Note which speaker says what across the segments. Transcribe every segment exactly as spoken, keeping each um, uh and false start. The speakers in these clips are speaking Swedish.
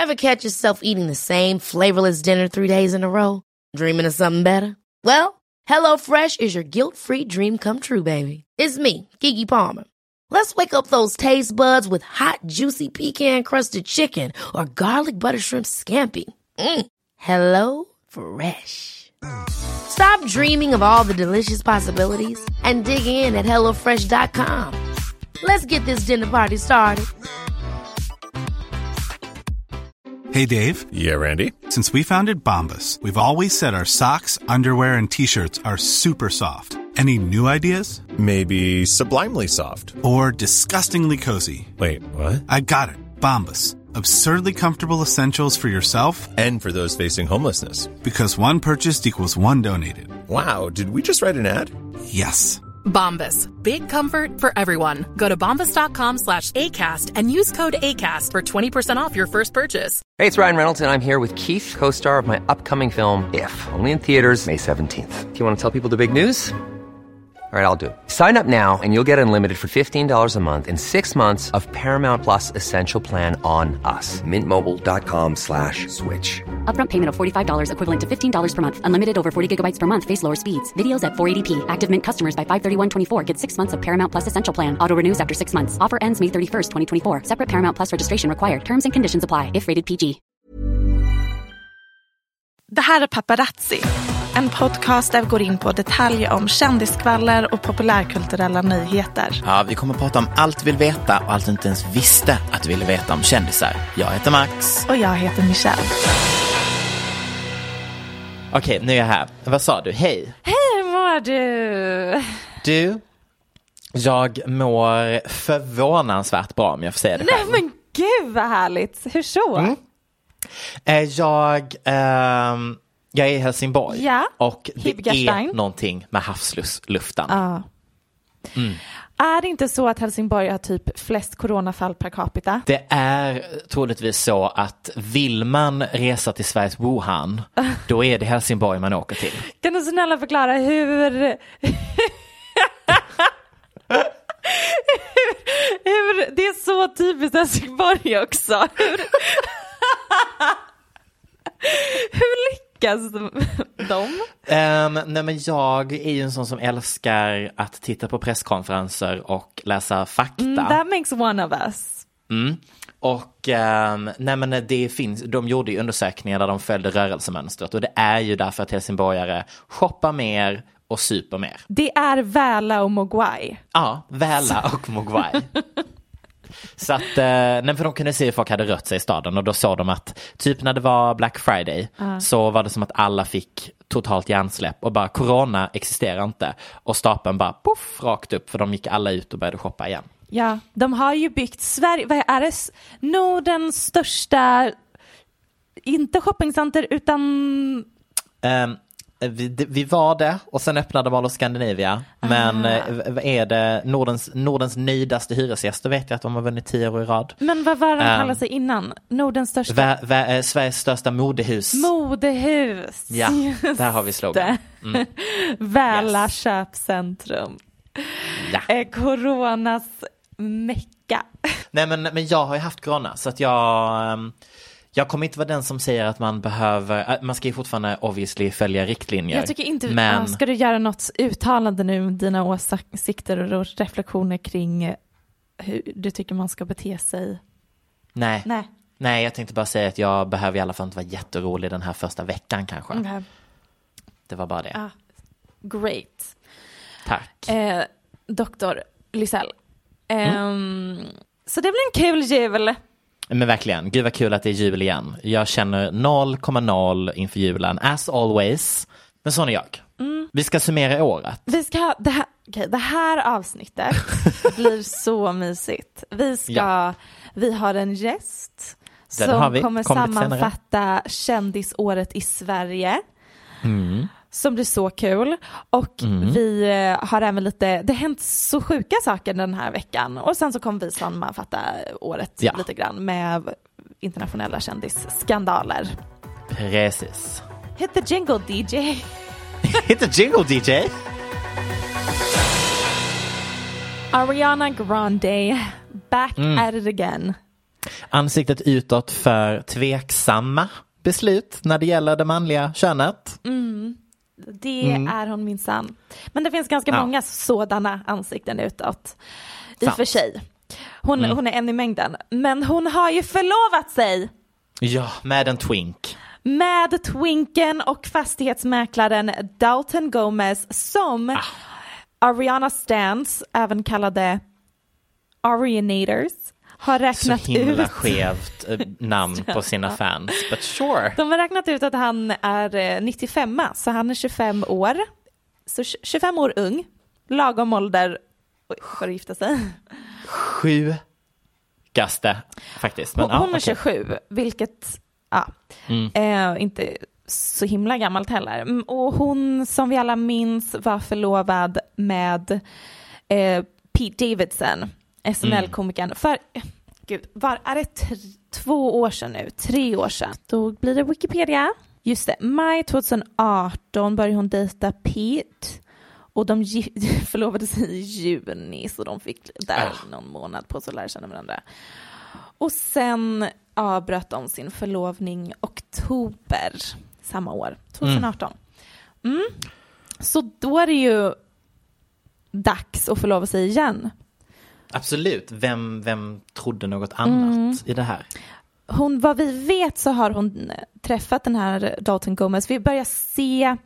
Speaker 1: Ever catch yourself eating the same flavorless dinner three days in a row? Dreaming of something better? Well, HelloFresh is your guilt-free dream come true, baby. It's me, Keke Palmer. Let's wake up those taste buds with hot, juicy pecan-crusted chicken or garlic butter shrimp scampi. Mm. Hello Fresh. Stop dreaming of all the delicious possibilities and dig in at hello fresh dot com. Let's get this dinner party started.
Speaker 2: Hey, Dave.
Speaker 3: Yeah, Randy.
Speaker 2: Since we founded Bombas, we've always said our socks, underwear, and T-shirts are super soft. Any new ideas?
Speaker 3: Maybe sublimely soft.
Speaker 2: Or disgustingly cozy.
Speaker 3: Wait, what?
Speaker 2: I got it. Bombas. Absurdly comfortable essentials for yourself
Speaker 3: and for those facing homelessness.
Speaker 2: Because one purchased equals one donated.
Speaker 3: Wow, did we just write an ad?
Speaker 2: Yes.
Speaker 4: Bombas. Big comfort for everyone. Go to bombas.com slash ACAST and use code ACAST for twenty percent off your first purchase.
Speaker 5: Hey, it's Ryan Reynolds, and I'm here with Keith, co-star of my upcoming film, If, only in theaters May seventeenth. Do you want to tell people the big news? All right, I'll do it. Sign up now and you'll get unlimited for fifteen dollars a month and six months of Paramount Plus Essential Plan on us. Mint Mobile dot com slash switch.
Speaker 6: Upfront payment of forty-five dollars equivalent to fifteen dollars per month. Unlimited over forty gigabytes per month. Face lower speeds. Videos at four eighty p. Active Mint customers by five thirty-one twenty-four get six months of Paramount Plus Essential Plan. Auto renews after six months. Offer ends May thirty-first, twenty twenty-four. Separate Paramount Plus registration required. Terms and conditions apply if rated P G.
Speaker 7: Det här är Paparazzi. En podcast där vi går in på detaljer om kändiskvaller och populärkulturella nyheter.
Speaker 8: Ja, vi kommer att prata om allt du vill veta och allt du inte ens visste att du ville veta om kändisar. Jag heter Max.
Speaker 7: Och jag heter Michelle.
Speaker 8: Okej, nu är jag här. Vad sa du? Hej.
Speaker 7: Hej, hur mår du?
Speaker 8: Du, jag mår förvånansvärt bra om jag får säga det själv.
Speaker 7: Nej men gud vad härligt. Hur så?
Speaker 8: Mm. Eh, jag... Ehm... Jag är i Helsingborg, ja, och det är någonting med havsluften.
Speaker 7: Ja.
Speaker 8: Mm.
Speaker 7: Är det inte så att Helsingborg har typ flest coronafall per capita?
Speaker 8: Det är troligtvis så att vill man resa till Sveriges Wuhan, då är det Helsingborg man åker till.
Speaker 7: Kan du snälla förklara hur... hur, hur... Det är så typiskt Helsingborg också. Hur... hur lyckas de?
Speaker 8: Um, nej men jag är ju en sån som älskar att titta på presskonferenser och läsa fakta.
Speaker 7: Mm, that makes one of us.
Speaker 8: Mm. Och um, nej men det finns, de gjorde ju undersökningar där de följde rörelsemönstret, och det är ju därför att helsingborgare shoppar mer och super mer.
Speaker 7: Det är Väla och Mogwai.
Speaker 8: Ja, Väla och Mogwai. Så att, nej, för de kunde se hur folk hade rört sig i staden, och då såg de att typ när det var Black Friday uh. så var det som att alla fick totalt hjärnsläpp och bara, corona existerar inte, och stapeln bara puff, rakt upp, för de gick alla ut och började shoppa igen.
Speaker 7: Ja, de har ju byggt Sverige, vad är det? Nordens största, inte shoppingcenter utan...
Speaker 8: Um, Vi, vi var det, och sen öppnade Mall of Scandinavia. Men ah. vad är det? Nordens, Nordens nöjdaste hyresgäster vet jag att de har vunnit tio år i rad.
Speaker 7: Men vad var de
Speaker 8: um,
Speaker 7: kallade sig innan? Nordens största...
Speaker 8: Vä, vä, Sveriges största modehus.
Speaker 7: Modehus.
Speaker 8: Ja,
Speaker 7: just
Speaker 8: där har vi slogan. Mm.
Speaker 7: Väla
Speaker 8: yes.
Speaker 7: köpcentrum.
Speaker 8: Ja.
Speaker 7: Eh, coronas mecka.
Speaker 8: Nej men, men jag har ju haft corona, så att jag... Um, Jag kommer inte vara den som säger att man behöver... Man ska ju fortfarande obviously följa riktlinjer.
Speaker 7: Jag tycker inte...
Speaker 8: Men...
Speaker 7: Ska du göra något uttalande nu med dina åsikter och reflektioner kring hur du tycker man ska bete sig?
Speaker 8: Nej.
Speaker 7: Nej.
Speaker 8: Nej, jag tänkte bara säga att jag behöver i alla fall inte vara jätterolig den här första veckan kanske.
Speaker 7: Okay.
Speaker 8: Det var bara det.
Speaker 7: Ah, great.
Speaker 8: Tack.
Speaker 7: Eh, doktor Lysell. Eh, mm. Så det blir en kul jul.
Speaker 8: Men verkligen, gud vad kul att det är jul igen. Jag känner noll komma noll inför julen, as always. Men sån är jag. Mm. Vi ska summera året.
Speaker 7: Vi ska, det här, okay, det här avsnittet blir så mysigt. Vi ska, ja. vi har en gäst Den som kommer Kommer sammanfatta kändisåret i Sverige.
Speaker 8: Mm.
Speaker 7: Som blir så kul. Och mm. vi har även lite... Det har hänt så sjuka saker den här veckan. Och sen så kommer vi sammanfatta året ja. lite grann med internationella kändisskandaler.
Speaker 8: Precis.
Speaker 7: Hit the jingle, D J.
Speaker 8: Hit the jingle, D J.
Speaker 7: Ariana Grande. Back mm. at it again.
Speaker 8: Ansiktet utåt för tveksamma beslut när det gäller det manliga könet.
Speaker 7: Mm. Det mm. är hon minsann. Men det finns ganska ja. många sådana ansikten utåt. I och för sig. Hon, mm. hon är en i mängden. Men hon har ju förlovat sig.
Speaker 8: Ja, med en twink.
Speaker 7: Med twinken och fastighetsmäklaren Dalton Gomez som ah. Ariana Stans, även kallade Arianators, har räknat ut. Så himla
Speaker 8: ut. skevt namn på sina fans, but sure.
Speaker 7: De har räknat ut att han är nittiofem, så han är tjugofem år. Så tjugofem år ung, lagom ålder för att gifta sig.
Speaker 8: Sjukaste faktiskt. Men,
Speaker 7: hon
Speaker 8: ja,
Speaker 7: är okay. tjugosju, vilket ja, mm. eh, inte så himla gammalt heller. Och hon, som vi alla minns, var förlovad med eh, Pete Davidson, S N L-komikern. Mm. För, gud, var, är det t- två år sedan nu? Tre år sedan. Då blir det Wikipedia. Just det, maj tjugoarton började hon dejta Pete. Och de g- förlovade sig i juni, så de fick där oh. någon månad på sig att lära känna varandra. Och sen avbröt de sin förlovning oktober samma år, tjugoarton. Mm. Mm. Så då är det ju dags att förlova sig igen.
Speaker 8: Absolut. Vem, vem trodde något annat mm. i det här?
Speaker 7: Hon, vad vi vet så har hon träffat den här Dalton Gomez. Vi börjar se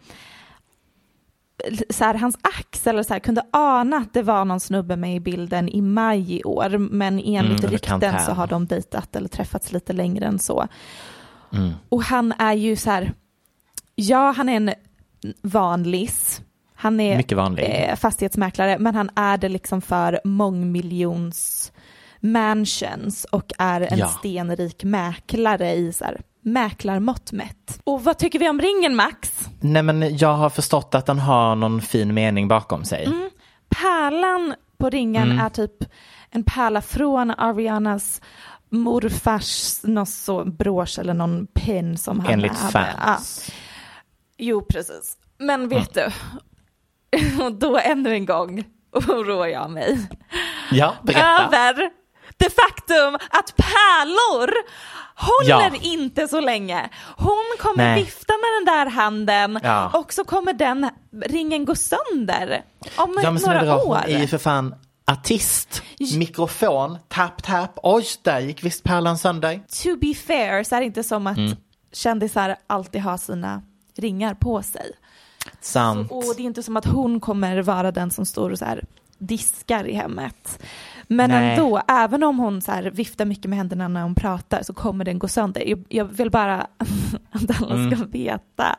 Speaker 7: så här, hans axel så här, kunde ana att det var någon snubbe med i bilden i maj i år. Men enligt mm, rykten så har de dejtat eller träffats lite längre än så. Mm. Och han är ju så här, ja, han är en vanlis. Han är
Speaker 8: mycket vanlig.
Speaker 7: Eh, fastighetsmäklare, men han är det liksom för mångmiljons mansions och är en ja. stenrik mäklare i så här mäklarmått mätt. Och vad tycker vi om ringen, Max?
Speaker 8: Nej, men jag har förstått att den har någon fin mening bakom sig.
Speaker 7: Mm. Pärlan på ringen mm. är typ en pärla från Arianas morfars någon så brosch eller någon pin som han
Speaker 8: enligt
Speaker 7: hade.
Speaker 8: fans.
Speaker 7: Ja. Jo, precis. Men vet mm. du, och då ännu en gång oroar jag mig.
Speaker 8: Ja, berätta.
Speaker 7: Över det faktum att pärlor håller ja. inte så länge. Hon kommer Nej. vifta med den där handen ja. och så kommer den ringen gå sönder om ja, men några år.
Speaker 8: Hon är ju för fan artist, mikrofon, tap tap. Oj, där gick visst pärlan sönder.
Speaker 7: To be fair så är det inte som att mm. kändisar alltid har sina ringar på sig.
Speaker 8: Sant.
Speaker 7: Så, och det är inte som att hon kommer vara den som står och så här diskar i hemmet. Men Nej. ändå, även om hon så här viftar mycket med händerna när hon pratar så kommer den gå sönder. Jag, jag vill bara att alla mm. ska veta.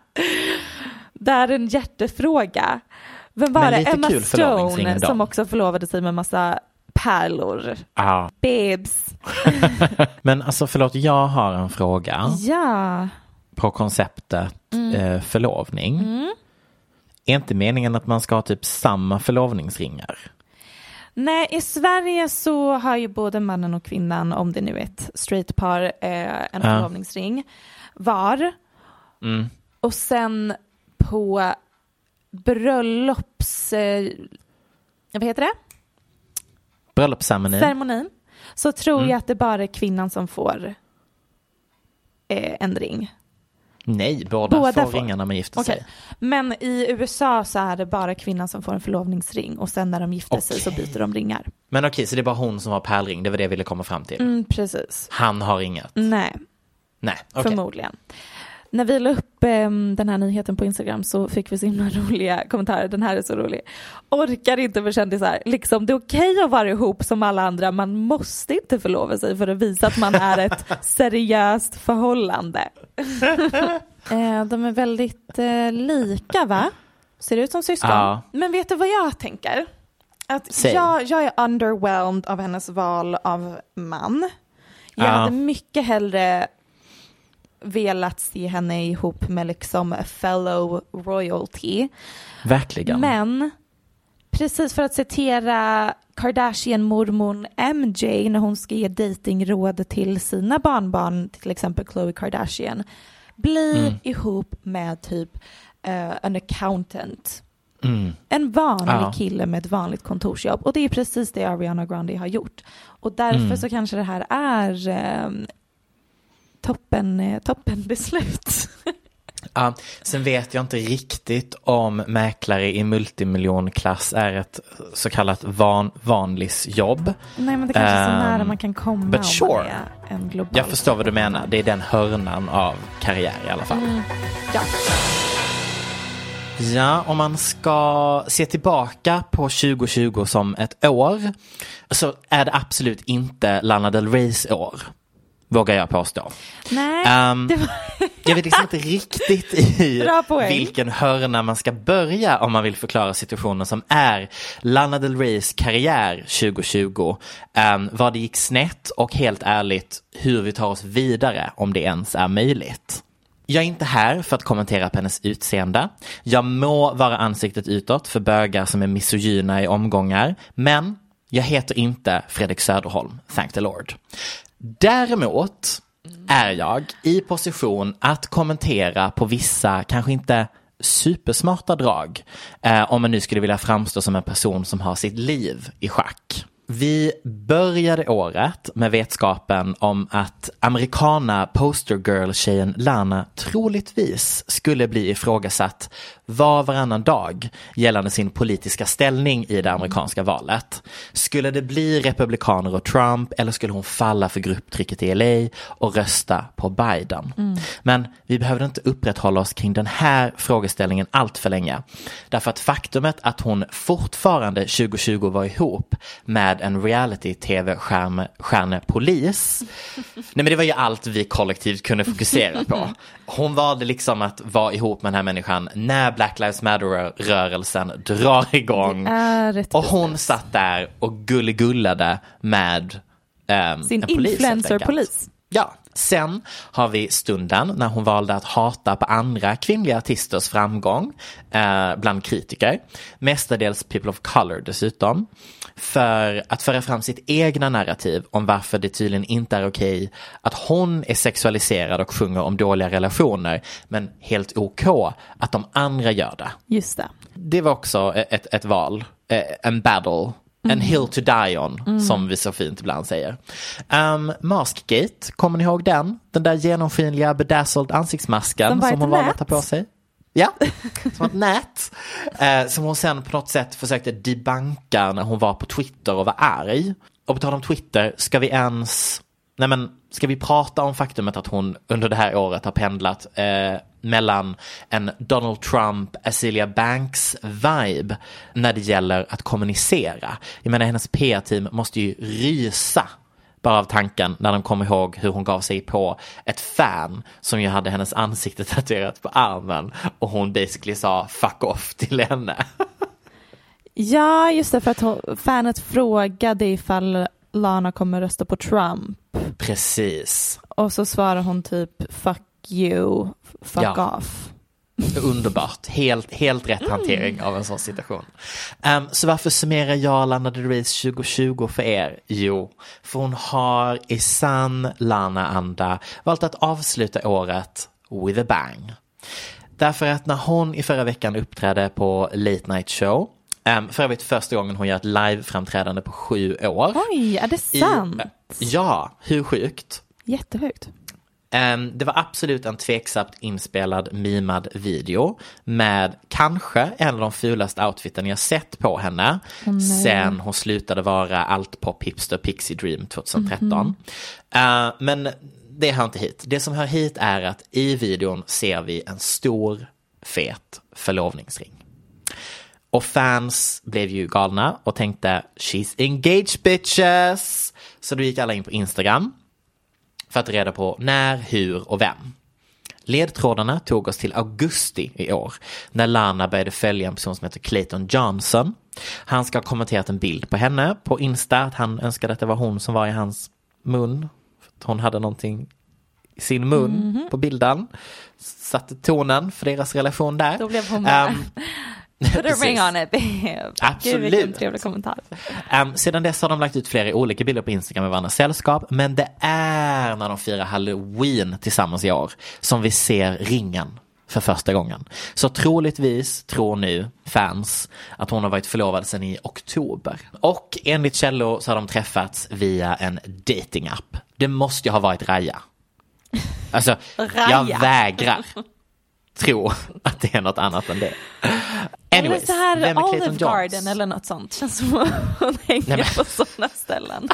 Speaker 7: Det är en hjärtefråga. Vem var det? Emma Stone som också förlovade sig med massa pärlor.
Speaker 8: Ah.
Speaker 7: Babes.
Speaker 8: Men alltså förlåt, jag har en fråga.
Speaker 7: Ja.
Speaker 8: På konceptet mm. eh, förlovning. Mm. Är inte meningen att man ska ha typ samma förlovningsringar?
Speaker 7: Nej, i Sverige så har ju både mannen och kvinnan, om det nu är ett straight par, eh, en ja. förlovningsring var. Mm. Och sen på bröllops... Eh, vad heter det?
Speaker 8: Bröllopsceremonin.
Speaker 7: Ceremonin. Så tror
Speaker 8: mm.
Speaker 7: jag att det bara är kvinnan som får eh, en ring.
Speaker 8: Nej, båda, båda får, får ringar när man gifter
Speaker 7: okay.
Speaker 8: sig.
Speaker 7: Men i U S A så är det bara kvinnan som får en förlovningsring och sen när de gifter okay. sig så byter de ringar.
Speaker 8: Men okej, okay, så det är bara hon som har pärlring, det var det jag ville komma fram till.
Speaker 7: Mm, precis.
Speaker 8: Han har inget?
Speaker 7: Nej.
Speaker 8: Nej, okay.
Speaker 7: Förmodligen. När vi la upp eh, den här nyheten på Instagram så fick vi så himla roliga kommentarer. Den här är så rolig. Orkar inte för kändisar. Liksom, det är okej att vara ihop som alla andra. Man måste inte förlova sig för att visa att man är ett seriöst förhållande. eh, de är väldigt eh, lika, va? Ser ut som syskon. Ja. Men vet du vad jag tänker? Att jag, jag är underwhelmed av hennes val av man. Jag ja. hade mycket hellre velat se henne ihop med liksom a fellow royalty.
Speaker 8: Verkligen.
Speaker 7: Men precis för att citera Kardashian-mormon M J när hon ska ge datingråd till sina barnbarn, till exempel Khloe Kardashian. Bli mm. ihop med typ uh, en accountant Mm. En vanlig
Speaker 8: ja.
Speaker 7: kille med ett vanligt kontorsjobb. Och det är precis det Ariana Grande har gjort. Och därför mm. så kanske det här är eh, toppen, eh, toppen beslut.
Speaker 8: Ja, sen vet jag inte riktigt om mäklare i multimiljonklass är ett så kallat van, vanlisjobb.
Speaker 7: Nej, men det kanske är så um, nära man kan komma om
Speaker 8: sure.
Speaker 7: man är en global.
Speaker 8: Jag förstår vad du menar. Det är den hörnan av karriär i alla fall.
Speaker 7: Mm. Ja.
Speaker 8: Ja, om man ska se tillbaka på tjugo tjugo som ett år så är det absolut inte Lana Del Reys år. Vågar jag påstå.
Speaker 7: Nej,
Speaker 8: um,
Speaker 7: det var...
Speaker 8: jag vet liksom inte riktigt i vilken hörna man ska börja om man vill förklara situationen som är Lana Del Reys karriär tjugo tjugo. Um, vad det gick snett och helt ärligt hur vi tar oss vidare om det ens är möjligt. Jag är inte här för att kommentera på hennes utseende. Jag må vara ansiktet utåt för bögar som är misogyna i omgångar. Men jag heter inte Fredrik Söderholm, thank the Lord. Däremot är jag i position att kommentera på vissa, kanske inte supersmarta drag. Eh, om man nu skulle vilja framstå som en person som har sitt liv i schack. Vi började året med vetskapen om att amerikana postergirl-tjejen Lana troligtvis skulle bli ifrågasatt var varannan dag gällande sin politiska ställning i det amerikanska valet. Skulle det bli republikaner och Trump eller skulle hon falla för grupptrycket i L A och rösta på Biden? Mm. Men vi behövde inte upprätthålla oss kring den här frågeställningen allt för länge. Därför att faktumet att hon fortfarande tjugo tjugo var ihop med en reality-tv-stjärnepolis. Nej, men det var ju allt vi kollektivt kunde fokusera på. Hon valde liksom att vara ihop med den här människan när Black Lives Matter-rörelsen drar igång. Och hon satt där och gulligullade med um,
Speaker 7: sin
Speaker 8: en polis.
Speaker 7: influencer-polis.
Speaker 8: Ja. Sen har vi stunden när hon valde att hata på andra kvinnliga artisters framgång eh, bland kritiker. Mestadels people of color dessutom. För att föra fram sitt egna narrativ om varför det tydligen inte är okej att hon är sexualiserad och sjunger om dåliga relationer. Men helt okej att de andra gör det.
Speaker 7: Just det.
Speaker 8: Det var också ett, ett val. En battle. En mm. hill to die on, mm. som vi så fint ibland säger. Um, Maskgate, kommer ni ihåg den? Den där genomskinliga bedazzled ansiktsmasken som, som hon valde att ta på sig. Ja, som ett nät. Uh, som hon sen på något sätt försökte debunka när hon var på Twitter och var arg. Och på tal om Twitter, ska vi ens... Nej men, ska vi prata om faktumet att hon under det här året har pendlat eh, mellan en Donald Trump, Azealia Banks-vibe när det gäller att kommunicera. Jag menar, hennes P R-team måste ju rysa bara av tanken när de kommer ihåg hur hon gav sig på ett fan som ju hade hennes ansikte tatuerat på armen och hon basically sa fuck off till henne.
Speaker 7: Ja, just det, för att hon, fanet frågade ifall Lana kommer rösta på Trump.
Speaker 8: Precis.
Speaker 7: Och så svarar hon typ fuck you, fuck
Speaker 8: ja.
Speaker 7: off.
Speaker 8: Underbart. Helt, helt rätt hantering mm. av en sån situation. Um, så varför summerar jag Lana Del Reys tjugo tjugo för er? Jo, för hon har i sann Lana-anda valt att avsluta året with a bang. Därför att när hon i förra veckan uppträdde på Late Night Show, Um, för övrigt första gången hon gör ett live-framträdande på sju år.
Speaker 7: Oj, är det sant?
Speaker 8: I, ja, hur sjukt?
Speaker 7: Jättehögt.
Speaker 8: Um, det var absolut en tveksamt inspelad, mimad video med kanske en av de fulaste outfiten jag sett på henne oh, sen hon slutade vara allt på Hipster Pixie Dream tjugohundratretton. Mm-hmm. Uh, men det hör inte hit. Det som hör hit är att i videon ser vi en stor, fet förlovningsring. Och fans blev ju galna och tänkte she's engaged bitches. Så då gick alla in på Instagram för att ta reda på när, hur och vem. Ledtrådarna tog oss till augusti i år när Lana började följa en person som heter Clayton Johnson. Han ska ha kommenterat en bild på henne på Insta att han önskade att det var hon som var i hans mun. För att hon hade någonting i sin mun mm-hmm. på bilden. Satte tonen för deras relation där.
Speaker 7: Då blev hon bara... Um, Put a ring on it.
Speaker 8: Absolut.
Speaker 7: Gud, vilken trevlig kommentar.
Speaker 8: Um, sedan dess har de lagt ut flera olika bilder på Instagram med varandras sällskap. Men det är när de firar Halloween tillsammans i år som vi ser ringen för första gången. Så troligtvis tror nu fans att hon har varit förlovad sedan i oktober. Och enligt källor så har de träffats via en datingapp. Det måste ju ha varit Raya. Alltså,
Speaker 7: Raya.
Speaker 8: jag vägrar tro att det är något annat än det. Anyways,
Speaker 7: eller så här
Speaker 8: vem är Clayton
Speaker 7: Olive
Speaker 8: Jones?
Speaker 7: Garden eller något sånt. Känns som att hon hänger
Speaker 8: Nej, men...
Speaker 7: på sådana ställen.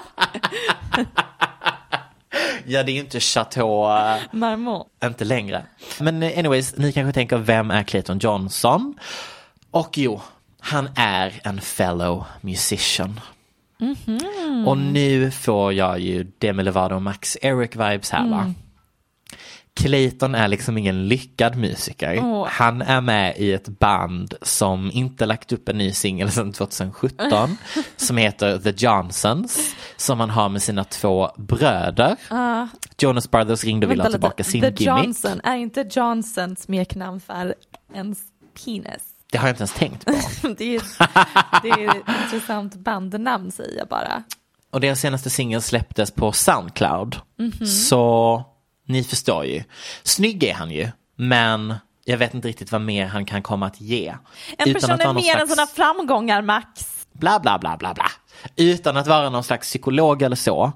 Speaker 8: Ja, det är ju inte Chateau
Speaker 7: Marmont.
Speaker 8: Inte längre. Men anyways, ni kanske tänker, vem är Clayton Johnson? Och jo, han är en fellow musician. Mm-hmm. Och nu får jag ju Demi Lovato och Max Eric-vibes här, va? Mm. Clayton är liksom ingen lyckad musiker. Oh. Han är med i ett band som inte lagt upp en ny singel sedan tjugohundrasjutton som heter The Johnsons, som han har med sina två bröder. Uh, Jonas Brothers ringde och ville ha tillbaka sin
Speaker 7: The
Speaker 8: gimmick.
Speaker 7: Johnson, är inte Johnsons smeknamn för ens penis?
Speaker 8: Det har jag inte ens tänkt på.
Speaker 7: det, är, det är ett intressant bandnamn, säger jag bara.
Speaker 8: Och deras senaste singel släpptes på Soundcloud. Mm-hmm. Så... ni förstår ju. Snygg är han ju, men jag vet inte riktigt vad mer han kan komma att ge.
Speaker 7: En person är mer slags... än sådana framgångar, Max.
Speaker 8: Bla, bla, bla, bla, bla. Utan att vara någon slags psykolog eller så,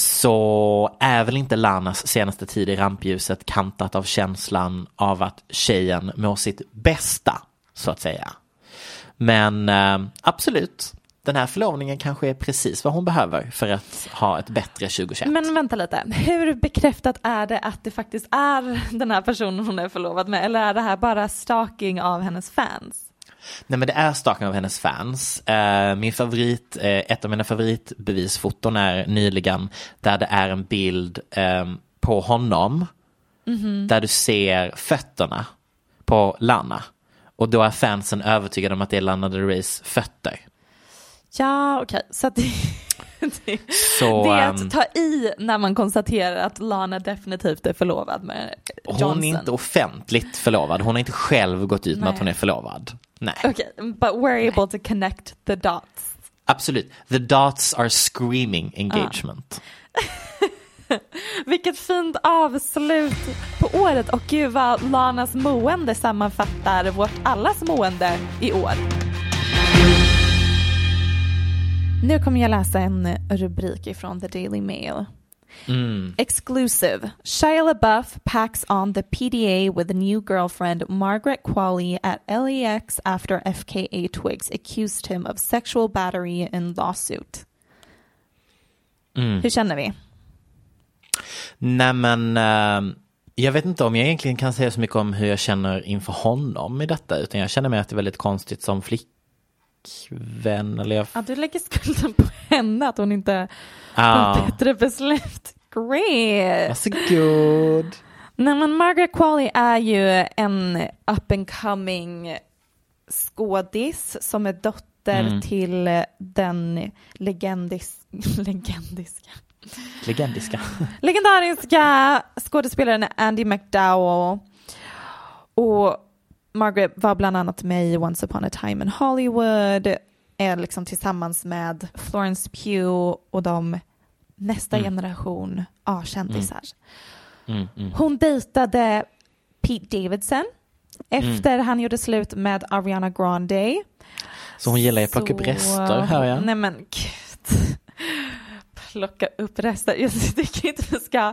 Speaker 8: så är väl inte Lanas senaste tid i rampljuset kantat av känslan av att tjejen mår sitt bästa, så att säga. Men äh, absolut. Den här förlovningen kanske är precis vad hon behöver för att ha ett bättre tjugohundratjugoett.
Speaker 7: Men vänta lite, hur bekräftat är det att det faktiskt är den här personen hon är förlovad med? Eller är det här bara stalking av hennes fans?
Speaker 8: Nej, men det är stalking av hennes fans. Uh, min favorit, uh, ett av mina favoritbevisfoton är nyligen där det är en bild um, på honom mm-hmm. där du ser fötterna på Lana. Och då är fansen övertygade om att det är Lana Del Reys fötter.
Speaker 7: Ja, okej. Okay. Så, det, det,
Speaker 8: så
Speaker 7: det är att ta i när man konstaterar att Lana definitivt är förlovad med Johnson.
Speaker 8: Hon är inte offentligt förlovad. Hon har inte själv gått ut med Nej. att hon är förlovad. Nej.
Speaker 7: Okej, okay, but we're Nej. able to connect the dots.
Speaker 8: Absolut. The dots are screaming engagement.
Speaker 7: Ah. Vilket fint avslut på året. Och gud vad Lanas mående sammanfattar vårt allas mående i år. Nu kommer jag läsa en rubrik ifrån The Daily Mail. Mm. Exclusive. Shia LaBeouf packs on the P D A with a new girlfriend Margaret Qualley at L A X after F K A Twigs accused him of sexual battery in lawsuit. Mm. Hur känner vi?
Speaker 8: Nej, men uh, jag vet inte om jag egentligen kan säga så mycket om hur jag känner inför honom i detta, utan jag känner mig att det är väldigt konstigt som flick vän eller jag...
Speaker 7: Ja, du lägger skulden på henne att hon inte
Speaker 8: ah.
Speaker 7: har bättre beslut. Great.
Speaker 8: Varsågod.
Speaker 7: Nej, men Margaret Qualley är ju en up and coming skådis som är dotter mm. till den legendis... legendiska
Speaker 8: legendiska
Speaker 7: legendariska skådespelaren Andie MacDowell. Och Margaret var bland annat med i Once upon a time in Hollywood, är liksom tillsammans med Florence Pugh och de nästa mm. generation A-kändisar. Mm. Mm, mm. Hon dejtade Pete Davidson efter mm. han gjorde slut med Ariana Grande.
Speaker 8: Så hon gillar att plocka upp rester, hör jag.
Speaker 7: Nej men gud. Plocka upp rester. Jag tycker inte vi ska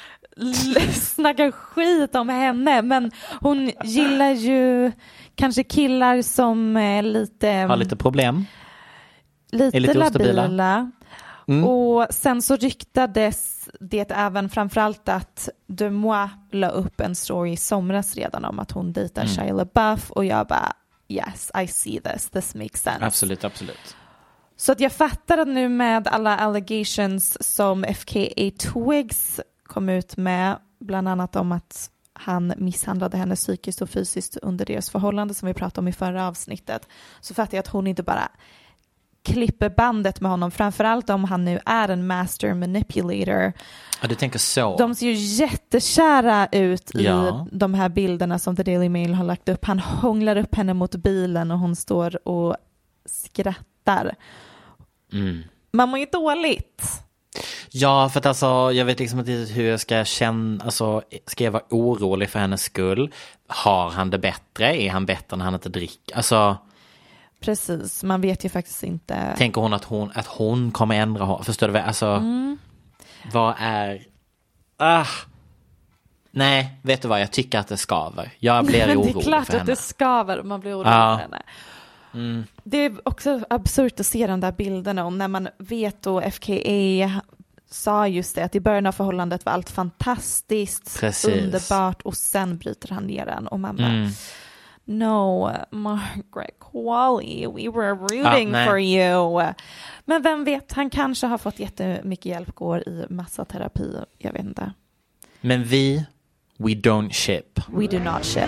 Speaker 7: snacka skit om henne, men hon gillar ju kanske killar som är lite
Speaker 8: har lite problem,
Speaker 7: lite, lite labila. Mm. Och sen så ryktades det även framförallt att Demois la upp en story i somras redan om att hon dejtar mm. Shia LaBeouf, och jag bara yes, I see this, this makes sense.
Speaker 8: Absolut, absolut.
Speaker 7: Så att jag fattar att nu med alla allegations som F K A Twigs kom ut med, bland annat om att han misshandlade henne psykiskt och fysiskt under deras förhållande som vi pratade om i förra avsnittet, så fattar jag att hon inte bara klipper bandet med honom, framförallt om han nu är en master manipulator.
Speaker 8: Ja, du tänker så.
Speaker 7: De ser ju jättekära ut i ja. de här bilderna som The Daily Mail har lagt upp. Han hånglar upp henne mot bilen och hon står och skrattar. Mm. Man mår ju dåligt.
Speaker 8: Ja, för att alltså, jag vet liksom inte hur jag ska känna, alltså, ska jag vara orolig för hennes skull? Har han det bättre? Är han bättre när han inte dricker? Alltså...
Speaker 7: Precis, man vet ju faktiskt inte.
Speaker 8: Tänker hon att hon, att hon kommer ändra honom? Förstår du vad? Alltså, mm. vad är... Ah. Nej, vet du vad? Jag tycker att det skaver. Jag blir orolig för henne.
Speaker 7: Det är klart att det skaver och man blir orolig ja. för henne. Mm. Det är också absurt att se de där bilderna om när man vet då F K A sa just det att i början av förhållandet var allt fantastiskt, Precis. underbart och sen bryter han ner den och man bara mm. No, Margaret Qualley, we were rooting ah, for you. Men vem vet, han kanske har fått jättemycket hjälp, går i massaterapi, jag vet inte.
Speaker 8: Men vi, we don't ship.
Speaker 7: We do not ship.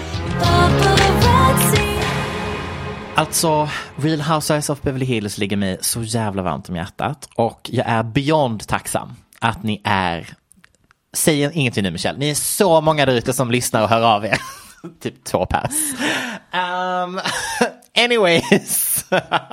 Speaker 8: Alltså, Real Housewives of Beverly Hills ligger mig så jävla varmt om hjärtat. Och jag är beyond tacksam att ni är... Säg ingenting nu, Michelle. Ni är så många där ute som lyssnar och hör av er. Typ två pass. Um, anyways.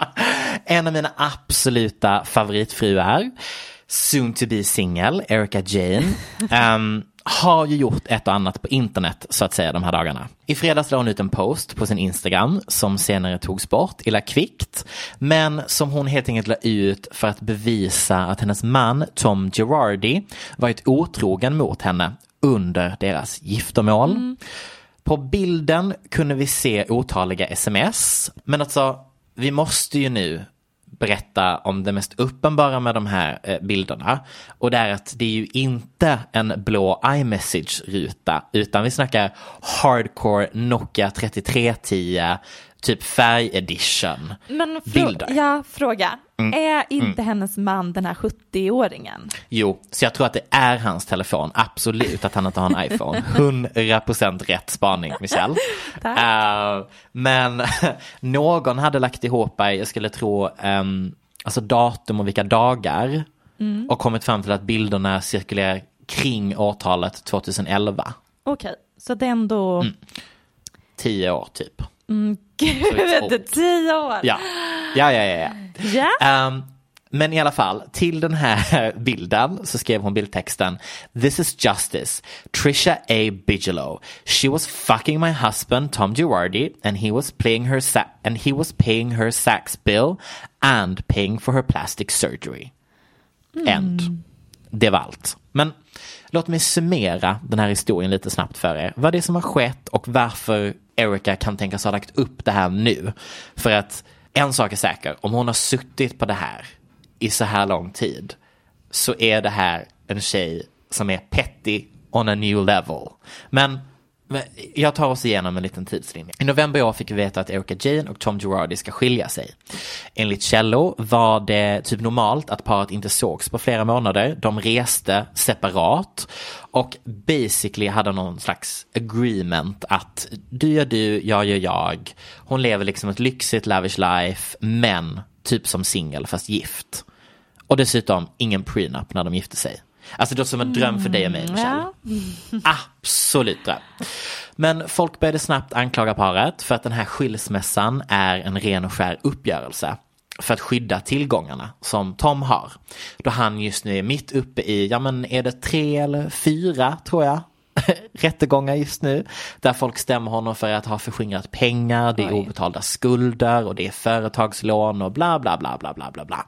Speaker 8: En av mina absoluta favoritfruar, soon to be single, Erika Jayne, um, har ju gjort ett och annat på internet så att säga de här dagarna. I fredags la hon ut en post på sin Instagram som senare togs bort illa kvickt, men som hon helt enkelt la ut för att bevisa att hennes man Tom Girardi varit otrogen mot henne under deras giftermål. Mm. På bilden kunde vi se otaliga sms, men alltså vi måste ju nu berätta om det mest uppenbara med de här eh, bilderna, och det är att det är ju inte en blå iMessage-ruta utan vi snackar hardcore Nokia trettiotre tio typ färg-edition.
Speaker 7: Men frå- ja, fråga. Mm. Är inte mm. hennes man den här sjuttio-åringen?
Speaker 8: Jo, så jag tror att det är hans telefon. Absolut att han inte har en iPhone. hundra procent rätt spaning, Michelle. uh, men någon hade lagt ihop, jag skulle tro, um, alltså datum och vilka dagar mm. och kommit fram till att bilderna cirkulerar kring årtalet tjugoelva.
Speaker 7: Okej, okay, så det är ändå... Mm.
Speaker 8: Tio år typ.
Speaker 7: Mm, gud, tio år.
Speaker 8: Ja, ja, ja, ja. ja. Yeah. Um, men i alla fall, till den här bilden så skrev hon bildtexten: This is justice. Trisha A. Bigelow. She was fucking my husband Tom Girardi and he was paying her sa- and he was paying her sax bill and paying for her plastic surgery. Mm. End. Det var allt. Men låt mig summera den här historien lite snabbt för er. Vad det är som har skett och varför Erika kan tänkas ha lagt upp det här nu. För att en sak är säker, om hon har suttit på det här i så här lång tid så är det här en tjej som är petty on a new level. Men jag tar oss igenom en liten tidslinje. I november i år fick vi veta att Erika Jayne och Tom Girardi ska skilja sig. Enligt källor var det typ normalt att paret inte sågs på flera månader. De reste separat och basically hade någon slags agreement att du gör du, jag gör jag. Hon lever liksom ett lyxigt lavish life, men typ som singel fast gift. Och dessutom ingen prenup när de gifte sig. Alltså det är som en dröm för dig och mig, Michelle. Ja. Absolut dröm. Men folk började snabbt anklaga paret för att den här skilsmässan är en ren och skär uppgörelse för att skydda tillgångarna som Tom har. Då han just nu är mitt uppe i, ja men är det tre eller fyra tror jag, rättegångar just nu där folk stämmer honom för att ha förskingrat pengar, det är Oj. obetalda skulder och det är företagslån och bla bla bla bla bla bla bla.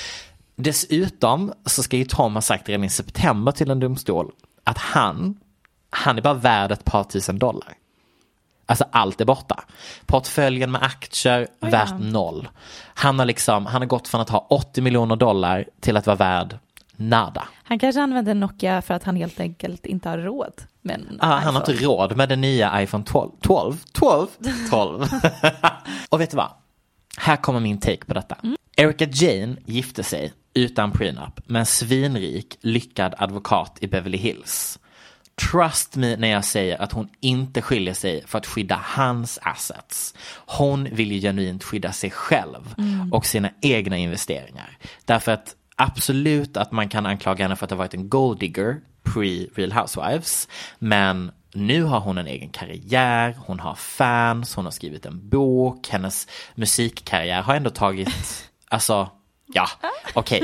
Speaker 8: Dessutom så ska ju Tom ha sagt redan i september till en domstol att han, han är bara värd ett par tusen dollar. Alltså allt är borta. Portföljen med aktier oh, ja. värt noll. Han har liksom, han har gått från att ha åttio miljoner dollar till att vara värd nada.
Speaker 7: Han kanske använder Nokia för att han helt enkelt inte har råd med en
Speaker 8: ah, Han har inte råd med den nya iPhone tolv. tolv? tolv? tolv. Och vet du vad? Här kommer min take på detta. Mm. Erika Jayne gifte sig utan prenup med en svinrik, lyckad advokat i Beverly Hills. Trust me när jag säger att hon inte skiljer sig för att skydda hans assets. Hon vill ju genuint skydda sig själv mm. och sina egna investeringar. Därför att absolut att man kan anklaga henne för att ha varit en gold digger pre-Real Housewives. Men nu har hon en egen karriär, hon har fans, hon har skrivit en bok. Hennes musikkarriär har ändå tagit, alltså, ja, okej. Okay.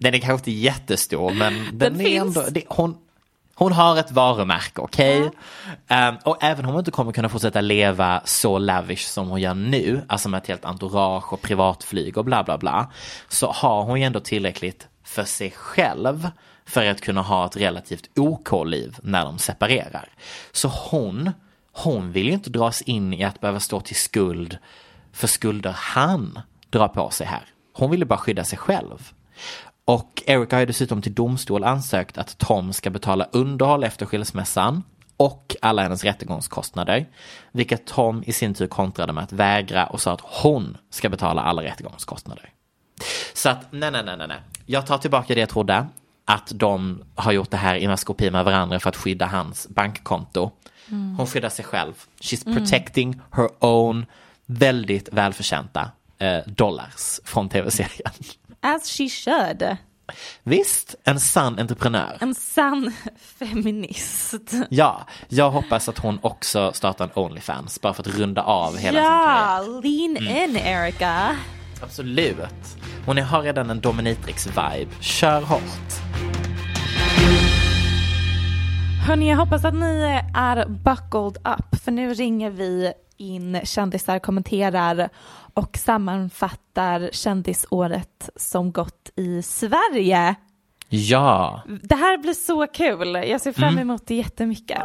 Speaker 8: Den är kanske inte jättestor, men den,
Speaker 7: Den
Speaker 8: är
Speaker 7: finns.
Speaker 8: ändå... Det, hon, hon har ett varumärke, okej? Okay? Ja. Um, och även om hon inte kommer kunna fortsätta leva så lavish som hon gör nu, alltså med ett helt entourage och privatflyg och bla bla bla, så har hon ju ändå tillräckligt för sig själv för att kunna ha ett relativt OK-liv när de separerar. Så hon, hon vill ju inte dras in i att behöva stå till skuld för skulder han drar på sig här. Hon vill ju bara skydda sig själv. Och Erika har ju dessutom till domstol ansökt att Tom ska betala underhåll efter skilsmässan och alla hennes rättegångskostnader. Vilket Tom i sin tur kontrade med att vägra och sa att hon ska betala alla rättegångskostnader. Så att nej, nej, nej, nej. Jag tar tillbaka det jag trodde. Att de har gjort det här i maskopi med varandra för att skydda hans bankkonto. Mm. Hon skyddar sig själv. She's protecting mm. her own väldigt välförtjänta eh, dollars från tv-serien.
Speaker 7: As she should.
Speaker 8: Visst, en sann entreprenör.
Speaker 7: En sann feminist.
Speaker 8: Ja, jag hoppas att hon också startar en OnlyFans bara för att runda av hela
Speaker 7: ja,
Speaker 8: sin karriär.
Speaker 7: Lean mm. in, Erika.
Speaker 8: Absolut. Hon har redan en dominatrix-vibe. Kör hårt.
Speaker 7: Hörrni, jag hoppas att ni är buckled up. För nu ringer vi in kändisar, kommenterar och sammanfattar kändisåret som gått i Sverige.
Speaker 8: Ja.
Speaker 7: Det här blir så kul. Jag ser fram emot det jättemycket.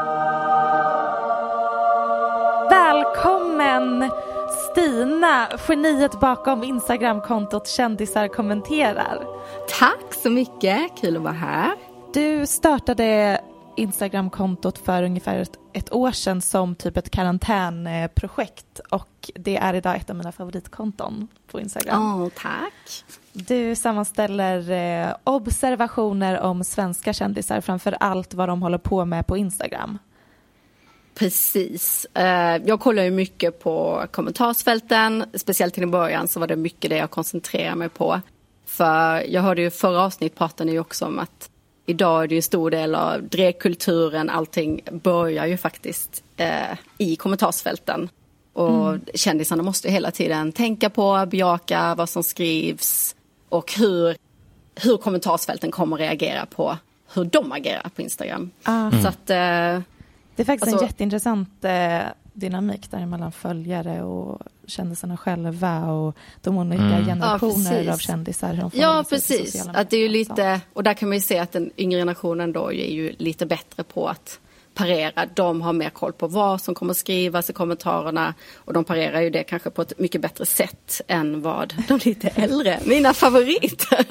Speaker 7: Välkommen Stina, geniet bakom Instagramkontot Kändisar kommenterar.
Speaker 9: Tack så mycket, kul att vara här.
Speaker 7: Du startade Instagramkontot för ungefär ett, ett år sedan som typ ett karantänprojekt och det är idag ett av mina favoritkonton på Instagram.
Speaker 9: Åh, tack.
Speaker 7: Du sammanställer eh, observationer om svenska kändisar, framför allt vad de håller på med på Instagram.
Speaker 9: Precis. Jag kollar ju mycket på kommentarsfälten. Speciellt till början så var det mycket det jag koncentrerade mig på. För jag hörde ju förra avsnitt pratade ni också om att idag är det ju en stor del av dragkulturen. Allting börjar ju faktiskt eh, i kommentarsfälten. Och mm. kändisarna måste hela tiden tänka på, bejaka vad som skrivs. Och hur, hur kommentarsfälten kommer att reagera på hur de agerar på Instagram.
Speaker 7: Mm.
Speaker 9: Så att... Eh,
Speaker 7: Det är faktiskt
Speaker 9: alltså,
Speaker 7: en jätteintressant eh, dynamik där mellan följare och kändisarna själva och de olika mm. generationer ja, av kändisar. De
Speaker 9: ja, precis. Att det är ju lite, och där kan man ju se att den yngre generationen då är ju lite bättre på att parera. De har mer koll på vad som kommer skrivas i kommentarerna och de parerar ju det kanske på ett mycket bättre sätt än vad de lite äldre, mina favoriter.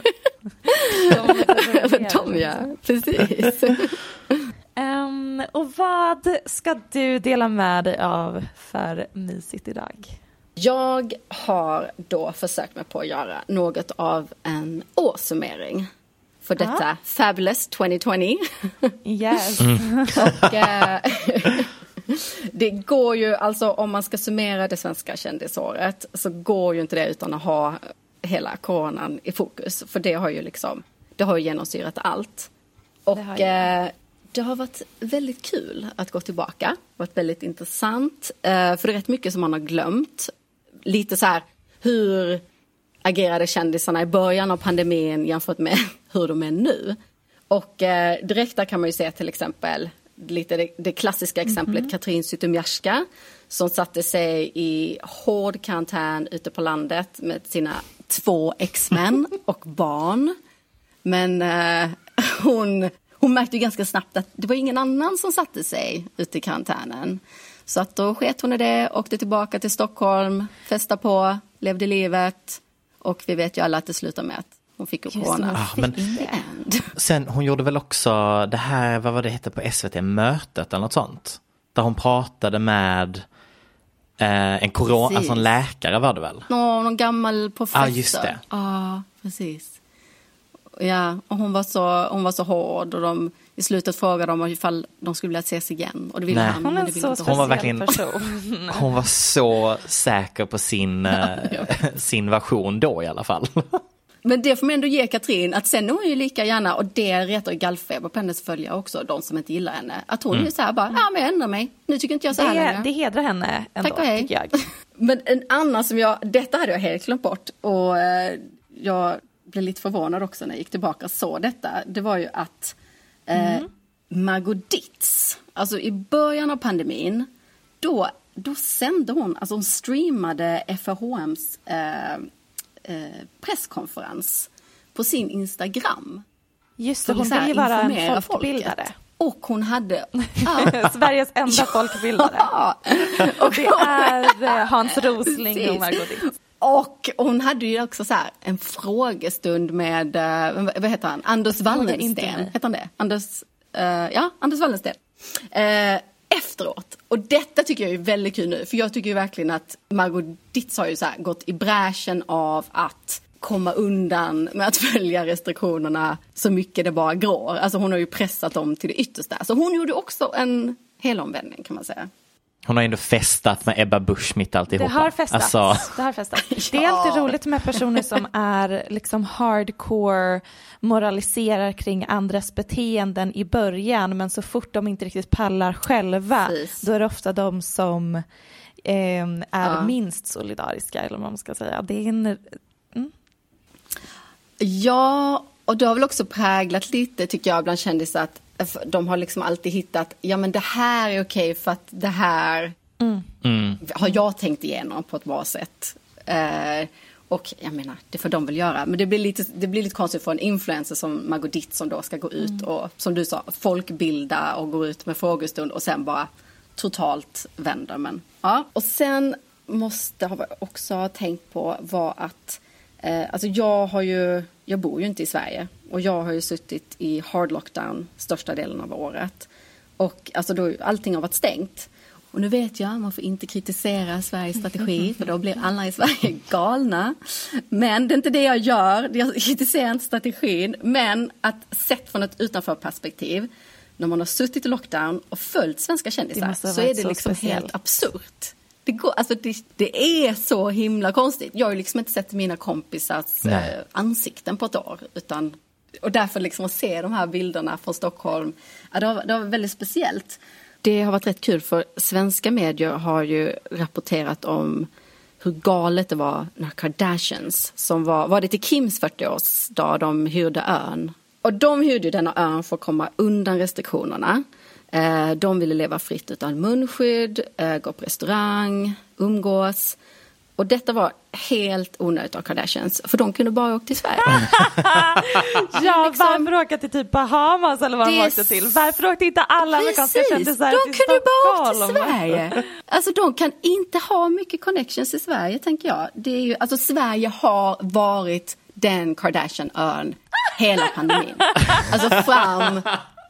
Speaker 9: de, de ja, precis.
Speaker 7: Um, och vad ska du dela med dig av för mysigt idag?
Speaker 9: Jag har då försökt mig på att göra något av en årssummering för detta ah. Fabulous tjugo tjugo.
Speaker 7: Yes.
Speaker 9: Mm. och, eh, det går ju, alltså om man ska summera det svenska kändisåret så går ju inte det utan att ha hela coronan i fokus. För det har ju liksom, det har ju genomsyrat allt. Och det Det har varit väldigt kul att gå tillbaka. Det har varit väldigt intressant. För det är rätt mycket som man har glömt. Lite så här, hur agerade kändisarna i början av pandemin jämfört med hur de är nu? Och direkt där kan man ju se till exempel lite det, det klassiska exemplet mm-hmm. Katrin Zytomierska som satte sig i hård karantän ute på landet med sina två exmän och barn. Men eh, hon... Hon märkte ju ganska snabbt att det var ingen annan som satte sig ute i karantänen. Så att då sket hon i det, åkte tillbaka till Stockholm, festade på, levde livet. Och vi vet ju alla att det slutar med att hon fick upp corona.
Speaker 8: Ah, men sen hon gjorde väl också det här, vad var det hette på S V T, mötet eller något sånt. Där hon pratade med eh, en corona, alltså en läkare var det väl?
Speaker 9: Nå, någon gammal professor.
Speaker 8: Ja, ah, just det.
Speaker 9: Ja, ah, precis. Ja, och hon var så hon var så hård och de i slutet frågade de ifall de skulle vilja ses igen och det ville han,
Speaker 7: hon,
Speaker 9: men det ville
Speaker 7: inte
Speaker 8: hon var verkligen person. Hon var så säker på sin ja, ja. sin version då i alla fall.
Speaker 9: Men det får man ändå ge Katrin att sen är hon ju lika gärna och det retar gallfeber på hennes följare också, de som inte gillar henne. Att hon mm. är så här bara, ja men jag ändrar mig. Nu tycker inte jag så här
Speaker 7: det,
Speaker 9: längre.
Speaker 7: Det hedrar henne ändå,
Speaker 9: tack och hej.
Speaker 7: Tycker jag.
Speaker 9: Men en annan som jag, detta hade jag helt glömt bort och jag blev lite förvånad också när jag gick tillbaka och såg detta, det var ju att eh, mm. Margot Dietz, alltså i början av pandemin, då, då sände hon, alltså hon streamade F R H M:s eh, eh, presskonferens på sin Instagram.
Speaker 7: Just det, hon ville ju vara en folkbildare.
Speaker 9: Folket. Och hon hade... Ja.
Speaker 7: Sveriges enda folkbildare. Ja. Och det är Hans Rosling Precis. och Margot Dietz.
Speaker 9: Och hon hade ju också så här en frågestund med, vad heter han? Anders Wallensten. Heter han det? Anders, uh, ja, Anders Wallensten. Uh, efteråt. Och detta tycker jag är väldigt kul nu. För jag tycker ju verkligen att Margot Dietz har ju så här gått i bräschen av att komma undan med att följa restriktionerna så mycket det bara går. Alltså hon har ju pressat dem till det yttersta. Så hon gjorde också en helomvändning kan man säga.
Speaker 8: Hon har ändå festat med Ebba Busch mitt alltihopa.
Speaker 7: Det har festats. Alltså... Det, har festats.
Speaker 9: Ja.
Speaker 7: Det är alltid roligt med personer som är liksom hardcore, moraliserar kring andras beteenden i början, men så fort de inte riktigt pallar själva, Precis. då är det ofta de som eh, är ja. minst solidariska, eller vad man ska säga. Det är en... Mm.
Speaker 9: Ja, och det har väl också präglat lite, tycker jag, bland kändisar att de har liksom alltid hittat, ja men det här är okej för att det här mm. Mm. har jag tänkt igenom på ett bra sätt. Eh, och jag menar, det får de väl göra. Men det blir lite, det blir lite konstigt för en influencer som Margot Dietz som då ska gå ut mm. och, som du sa, folkbilda och gå ut med frågestund och sen bara totalt vänder. Men, ja. Och sen måste jag också ha tänkt på var att eh, alltså jag har ju, jag bor ju inte i Sverige. Och jag har ju suttit i hard lockdown största delen av året. Och alltså då, allting har varit stängt. Och nu vet jag, man får inte kritisera Sveriges strategi. För då blir alla i Sverige galna. Men det är inte det jag gör. Jag kritiserar inte strategin. Men att sett från ett utanförperspektiv. När man har suttit i lockdown och följt svenska kändisar. Så är det så liksom speciell. Helt absurt. Det, går, alltså det, det är så himla konstigt. Jag har ju liksom inte sett mina kompisars eh, ansikten på ett år. Utan... Och därför liksom att se de här bilderna från Stockholm, ja, det, var, det var väldigt speciellt. Det har varit rätt kul för svenska medier har ju rapporterat om hur galet det var när Kardashians, som var, var det till Kims fyrtioårsdag, de hyrde ön. Och de hyrde denna ön för att komma undan restriktionerna. Eh, de ville leva fritt utan munskydd, eh, gå på restaurang, umgås. Och detta var helt onödigt av Kardashians. För de kunde bara åka till Sverige.
Speaker 7: Ja, liksom, varför åka till typ Bahamas eller vad de åkte till? Varför åkte inte alla amerikanska kändisar till
Speaker 9: de kunde bara åka till Sverige. Alltså de kan inte ha mycket connections i Sverige, tänker jag. Det är ju, alltså Sverige har varit den Kardashian-ön hela pandemin. Alltså fram,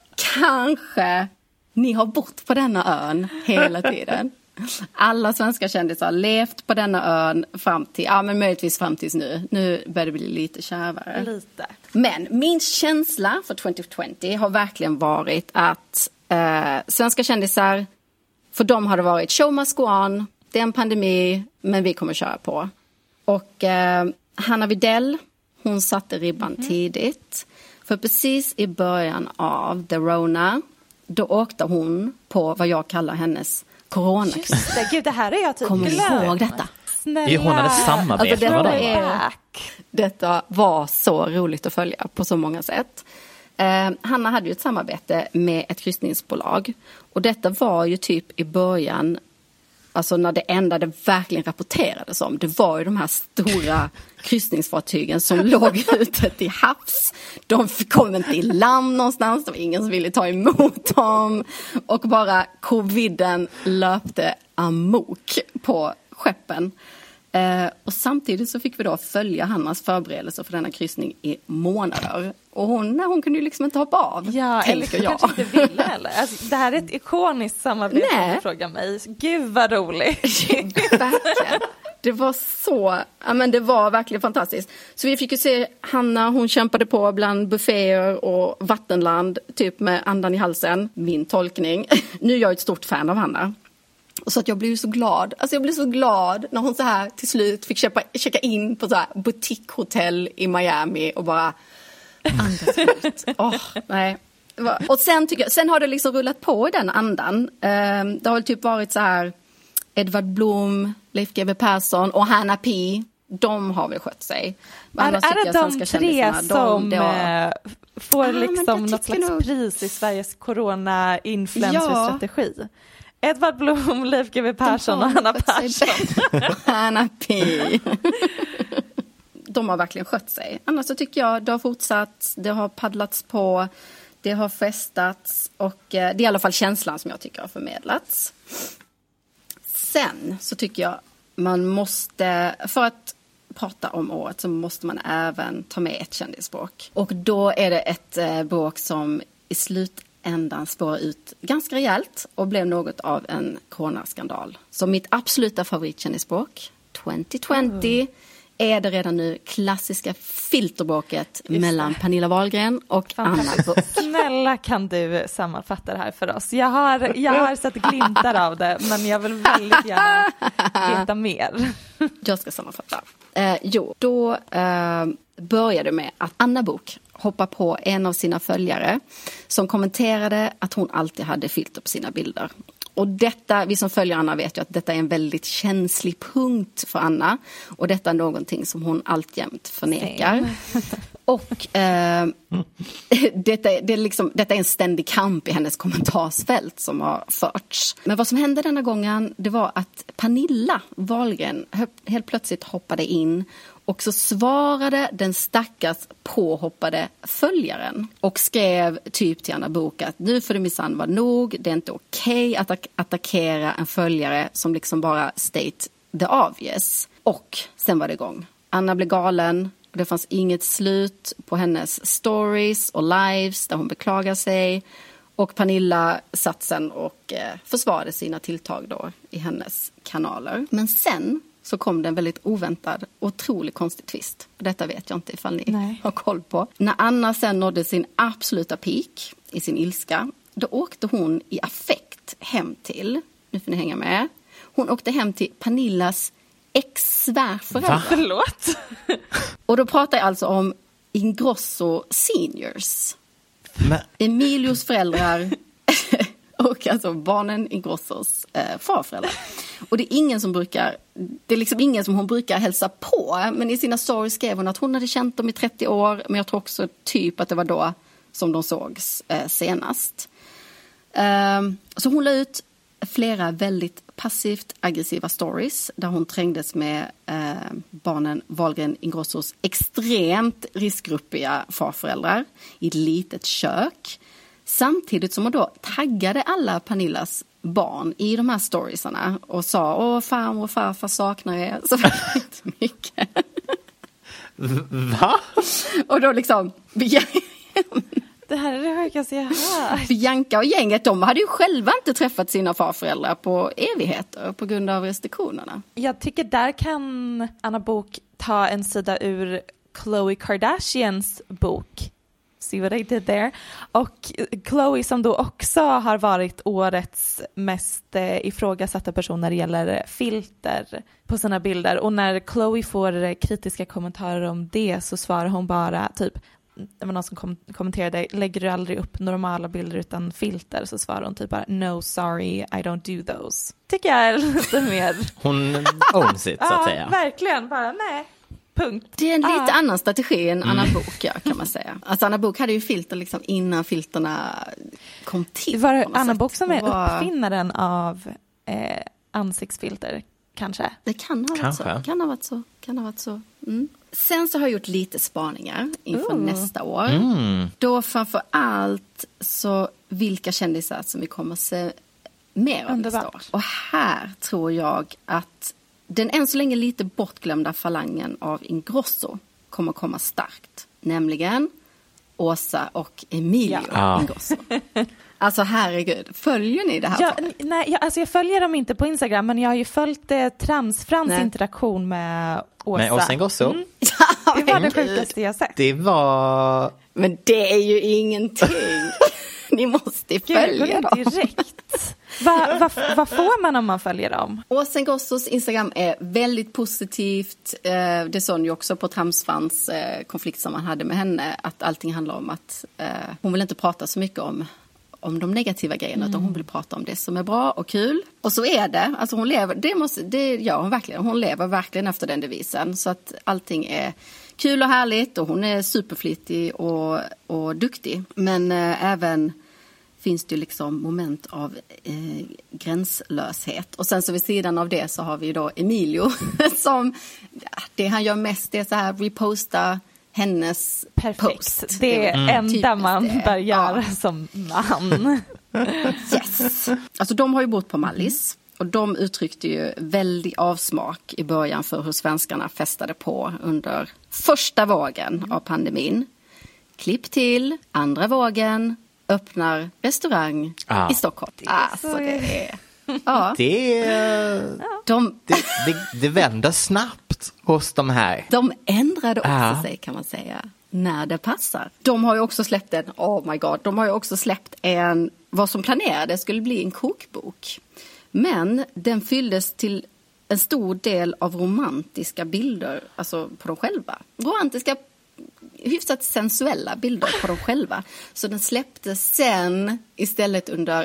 Speaker 9: kanske ni har bott på denna ön hela tiden. Alla svenska kändisar har levt på denna ön fram till, ja men möjligtvis fram tills nu. Nu börjar det bli lite kärvare.
Speaker 7: Lite.
Speaker 9: Men min känsla för tjugo tjugo har verkligen varit att eh, svenska kändisar, för dem har det varit show must go on, det är en pandemi, men vi kommer köra på. Och eh, Hanna Widell, hon satte ribban mm. tidigt. För precis i början av The Rona, då åkte hon på vad jag kallar hennes corona.
Speaker 7: Just det, gud, det här är jag typ
Speaker 9: kommer glöm. ihåg detta.
Speaker 7: Snälla.
Speaker 8: Hon hade samarbete
Speaker 9: alltså, detta,
Speaker 8: med
Speaker 9: är, detta var så roligt att följa på så många sätt. Eh, Hanna hade ju ett samarbete med ett kryssningsbolag. Och detta var ju typ i början, alltså när det enda det verkligen rapporterades om, det var ju de här stora kryssningsfartygen som låg ute till havs. De kom inte i land någonstans, det var ingen som ville ta emot dem. Och bara coviden löpte amok på skeppen. Eh, och samtidigt så fick vi då följa Hannas förberedelser för denna kryssning i månader. Och hon, hon kunde ju liksom inte hoppa av,
Speaker 7: ja,
Speaker 9: tänker
Speaker 7: eller
Speaker 9: jag.
Speaker 7: kanske inte ville heller. Alltså, det här är ett ikoniskt samarbete om du frågar mig. Gud vad roligt.
Speaker 9: Verkligen. Det var så, ja men det var verkligen fantastiskt. Så vi fick ju se Hanna, hon kämpade på bland bufféer och vattenland, typ med andan i halsen. Min tolkning. Nu är jag ett stort fan av Hanna. Och så att jag blev så glad. Alltså jag blev så glad när hon så här till slut fick köpa, checka in på så här boutiquehotell i Miami och bara andas ut. Åh, nej. Och sen, tycker jag, sen har det liksom rullat på i den andan. Det har typ varit så här Edvard Blom, Leif G W Persson och Hanna P. de har väl skött sig.
Speaker 7: Är, är det de tre som de, har... får ah, liksom något slags nog... pris i Sveriges corona-influencer-strategi? Ja. Edvard Blom, Leif G W Persson och Anna Persson.
Speaker 9: Anna P. De har verkligen skött sig. Annars så tycker jag det har fortsatt, det har paddlats på, det har festats och det är i alla fall känslan som jag tycker har förmedlats. Sen så tycker jag man måste, för att prata om året så måste man även ta med ett kändisbråk. Och då är det ett eh, bråk som i slutändan spårar ut ganska rejält och blev något av en coronaskandal. Så mitt absoluta favoritkändisbråk, tjugo tjugo, mm. är det redan nu klassiska filterbråket mellan Pernilla Wahlgren och Anna Book.
Speaker 7: Snälla, kan du sammanfatta det här för oss? Jag har, jag har sett glimtar av det, men jag vill väldigt gärna veta mer.
Speaker 9: Jag ska sammanfatta. Eh, jo, då eh, började med att Anna Book hoppar på en av sina följare som kommenterade att hon alltid hade filter på sina bilder. Och detta, vi som följer Anna vet ju att detta är en väldigt känslig punkt för Anna. Och detta är någonting som hon alltjämt förnekar. Och eh, detta, det är liksom, detta är en ständig kamp i hennes kommentarsfält som har förts. Men vad som hände denna gången, det var att Pernilla Wahlgren helt plötsligt hoppade in och så svarade den stackars påhoppade följaren och skrev typ till Anna Book att nu får det minsann vara nog, det är inte okej att attack- attackera en följare som liksom bara state the obvious. Och sen var det igång. Anna blev galen. Det fanns inget slut på hennes stories och lives där hon beklagar sig. Och Pernilla satt sen och eh, försvarade sina tilltag då i hennes kanaler. Men sen så kom det en väldigt oväntad och otroligt konstig twist. Detta vet jag inte ifall ni Nej. har koll på. När Anna sen nådde sin absoluta peak i sin ilska, då åkte hon i affekt hem till, nu får ni hänga med, hon åkte hem till Pernillas ex-svärföräldrar.
Speaker 7: Förlåt?
Speaker 9: Och då pratar jag alltså om Ingrosso Seniors. Men... Emilios föräldrar och alltså barnen Ingrossos eh, farföräldrar. Och det är ingen som brukar, det är liksom ingen som hon brukar hälsa på. Men i sina stories skrev hon att hon hade känt dem i trettio år. Men jag tror också typ att det var då som de sågs eh, senast. Eh, så hon la ut flera väldigt passivt aggressiva stories där hon trängdes med eh, barnen Wahlgren Ingrossos extremt riskgruppiga farföräldrar i ett litet kök. Samtidigt som hon då taggade alla Pernillas barn i de här storiesarna och sa åh farmor och farfar saknar er så väldigt mycket.
Speaker 8: Va?
Speaker 9: Och då liksom
Speaker 7: det här är det sjukaste jag hört.
Speaker 9: Bianca och gänget, de hade ju själva inte träffat sina farföräldrar på evigheter på grund av restriktionerna.
Speaker 7: Jag tycker där kan Anna Book ta en sida ur Khloe Kardashians bok. See what I did there. Och Khloe som då också har varit årets mest eh, ifrågasatta person när det gäller filter på sina bilder. Och när Khloe får kritiska kommentarer om det så svarar hon bara typ, det var någon som kom- kommenterade, lägger du aldrig upp normala bilder utan filter? Så svarar hon typ bara, no sorry, I don't do those. Tycker jag är lite mer...
Speaker 8: Hon owns it, så att säga.
Speaker 7: Ja, verkligen. Bara nej. Punkt.
Speaker 9: Det är en lite
Speaker 7: ah.
Speaker 9: annan strategi än Anna Book gör, kan man säga. Alltså Anna Book hade ju filter liksom innan filterna kom till.
Speaker 7: Var det Anna Book som är var... uppfinnaren av eh, ansiktsfilter, kanske?
Speaker 9: Det kan ha varit
Speaker 8: kanske.
Speaker 9: så. Kan ha varit så. Kan ha varit så. Mm. Sen så har jag gjort lite spaningar inför uh. nästa år.
Speaker 8: Mm.
Speaker 9: Då framför allt så vilka kändisar som vi kommer se mer av nästa år. Och här tror jag att den än så länge lite bortglömda falangen av Ingrosso kommer komma starkt. Nämligen Åsa och Emilio
Speaker 8: ja.
Speaker 9: Ingrosso. Alltså herregud, följer ni det här?
Speaker 7: Ja, nej, jag, alltså jag följer dem inte på Instagram, men jag har ju följt eh, Tramsfrans interaktion med Åsa.
Speaker 8: Med Åsa Ingrosso?
Speaker 7: Mm. Det var det sjukaste jag sett.
Speaker 8: Det var...
Speaker 9: Men det är ju ingenting. Ni måste följa dem.
Speaker 7: Direkt. Vad va, va får man om man följer dem?
Speaker 9: Åsa Ingrossos Instagram är väldigt positivt. Det såg ju också på Tramsfans konflikt som man hade med henne. Att allting handlar om att hon vill inte prata så mycket om om de negativa grejerna, mm. utan hon vill prata om det som är bra och kul. Och så är det. Alltså hon lever, det måste, det gör hon verkligen. Hon lever verkligen efter den devisen. Så att allting är kul och härligt och hon är superflittig och, och duktig. Men eh, även finns det ju liksom moment av eh, gränslöshet. Och sen så vid sidan av det så har vi då Emilio som, ja, det han gör mest är så här reposta hennes
Speaker 7: Perfekt.
Speaker 9: Post.
Speaker 7: Det är mm. enda man
Speaker 9: det.
Speaker 7: bör göra
Speaker 9: ja.
Speaker 7: som man.
Speaker 9: Yes. Alltså de har ju bott på Mallis. Och de uttryckte ju väldigt avsmak i början för hur svenskarna festade på under första vågen mm. av pandemin. Klipp till, andra vågen, öppnar restaurang ah. i Stockholm. Det alltså det är... Ja.
Speaker 8: Det,
Speaker 9: de,
Speaker 8: det, det, det vänder snabbt hos de här.
Speaker 9: De ändrade också
Speaker 8: ah.
Speaker 9: sig kan man säga. När det passar. De har ju också släppt en, oh my god, de har ju också släppt en, vad som planerades skulle bli en kokbok. Men den fylldes till en stor del av romantiska bilder, alltså på dem själva. Romantiska, hyfsat sensuella bilder på dem själva. Så den släpptes sen istället under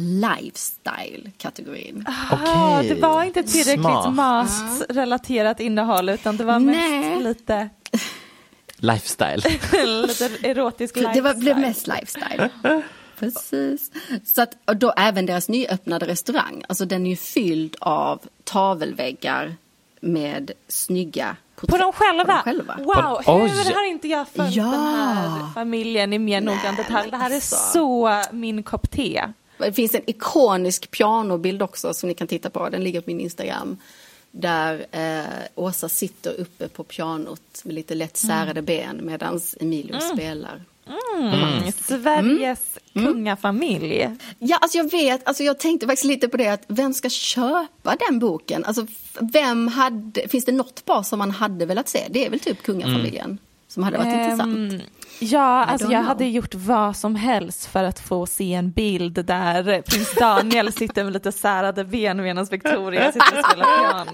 Speaker 9: lifestyle-kategorin.
Speaker 7: Aha, okay. Det var inte tillräckligt matrelaterat innehåll utan det var mest Nej. lite...
Speaker 8: Lifestyle.
Speaker 7: Lite erotisk lifestyle.
Speaker 9: Det var, blev mest lifestyle. Precis. Så att, och då även deras nyöppnade restaurang. Alltså den är ju fylld av tavelväggar med snygga porträtt.
Speaker 7: På dem själva?
Speaker 9: På dem själva.
Speaker 7: Wow,
Speaker 8: på,
Speaker 7: hur har inte jag följt ja. den här familjen i mer noggrann detalj? Det här är alltså. så min kopp te.
Speaker 9: Det finns en ikonisk pianobild också som ni kan titta på. Den ligger på min Instagram. Där eh, Åsa sitter uppe på pianot med lite lätt särade mm. ben medan Emilio mm. spelar.
Speaker 7: Mm. Mm. Sveriges mm. kungafamilj.
Speaker 9: Ja, alltså jag vet, alltså jag tänkte faktiskt lite på det att vem ska köpa den boken? Alltså vem hade, finns det något par som man hade velat se? Det är väl typ kungafamiljen mm. som hade varit um, intressant.
Speaker 7: Ja, alltså jag know. hade gjort vad som helst för att få se en bild där prins Daniel sitter med lite särade ben medan Victoria sitter och spelar piano.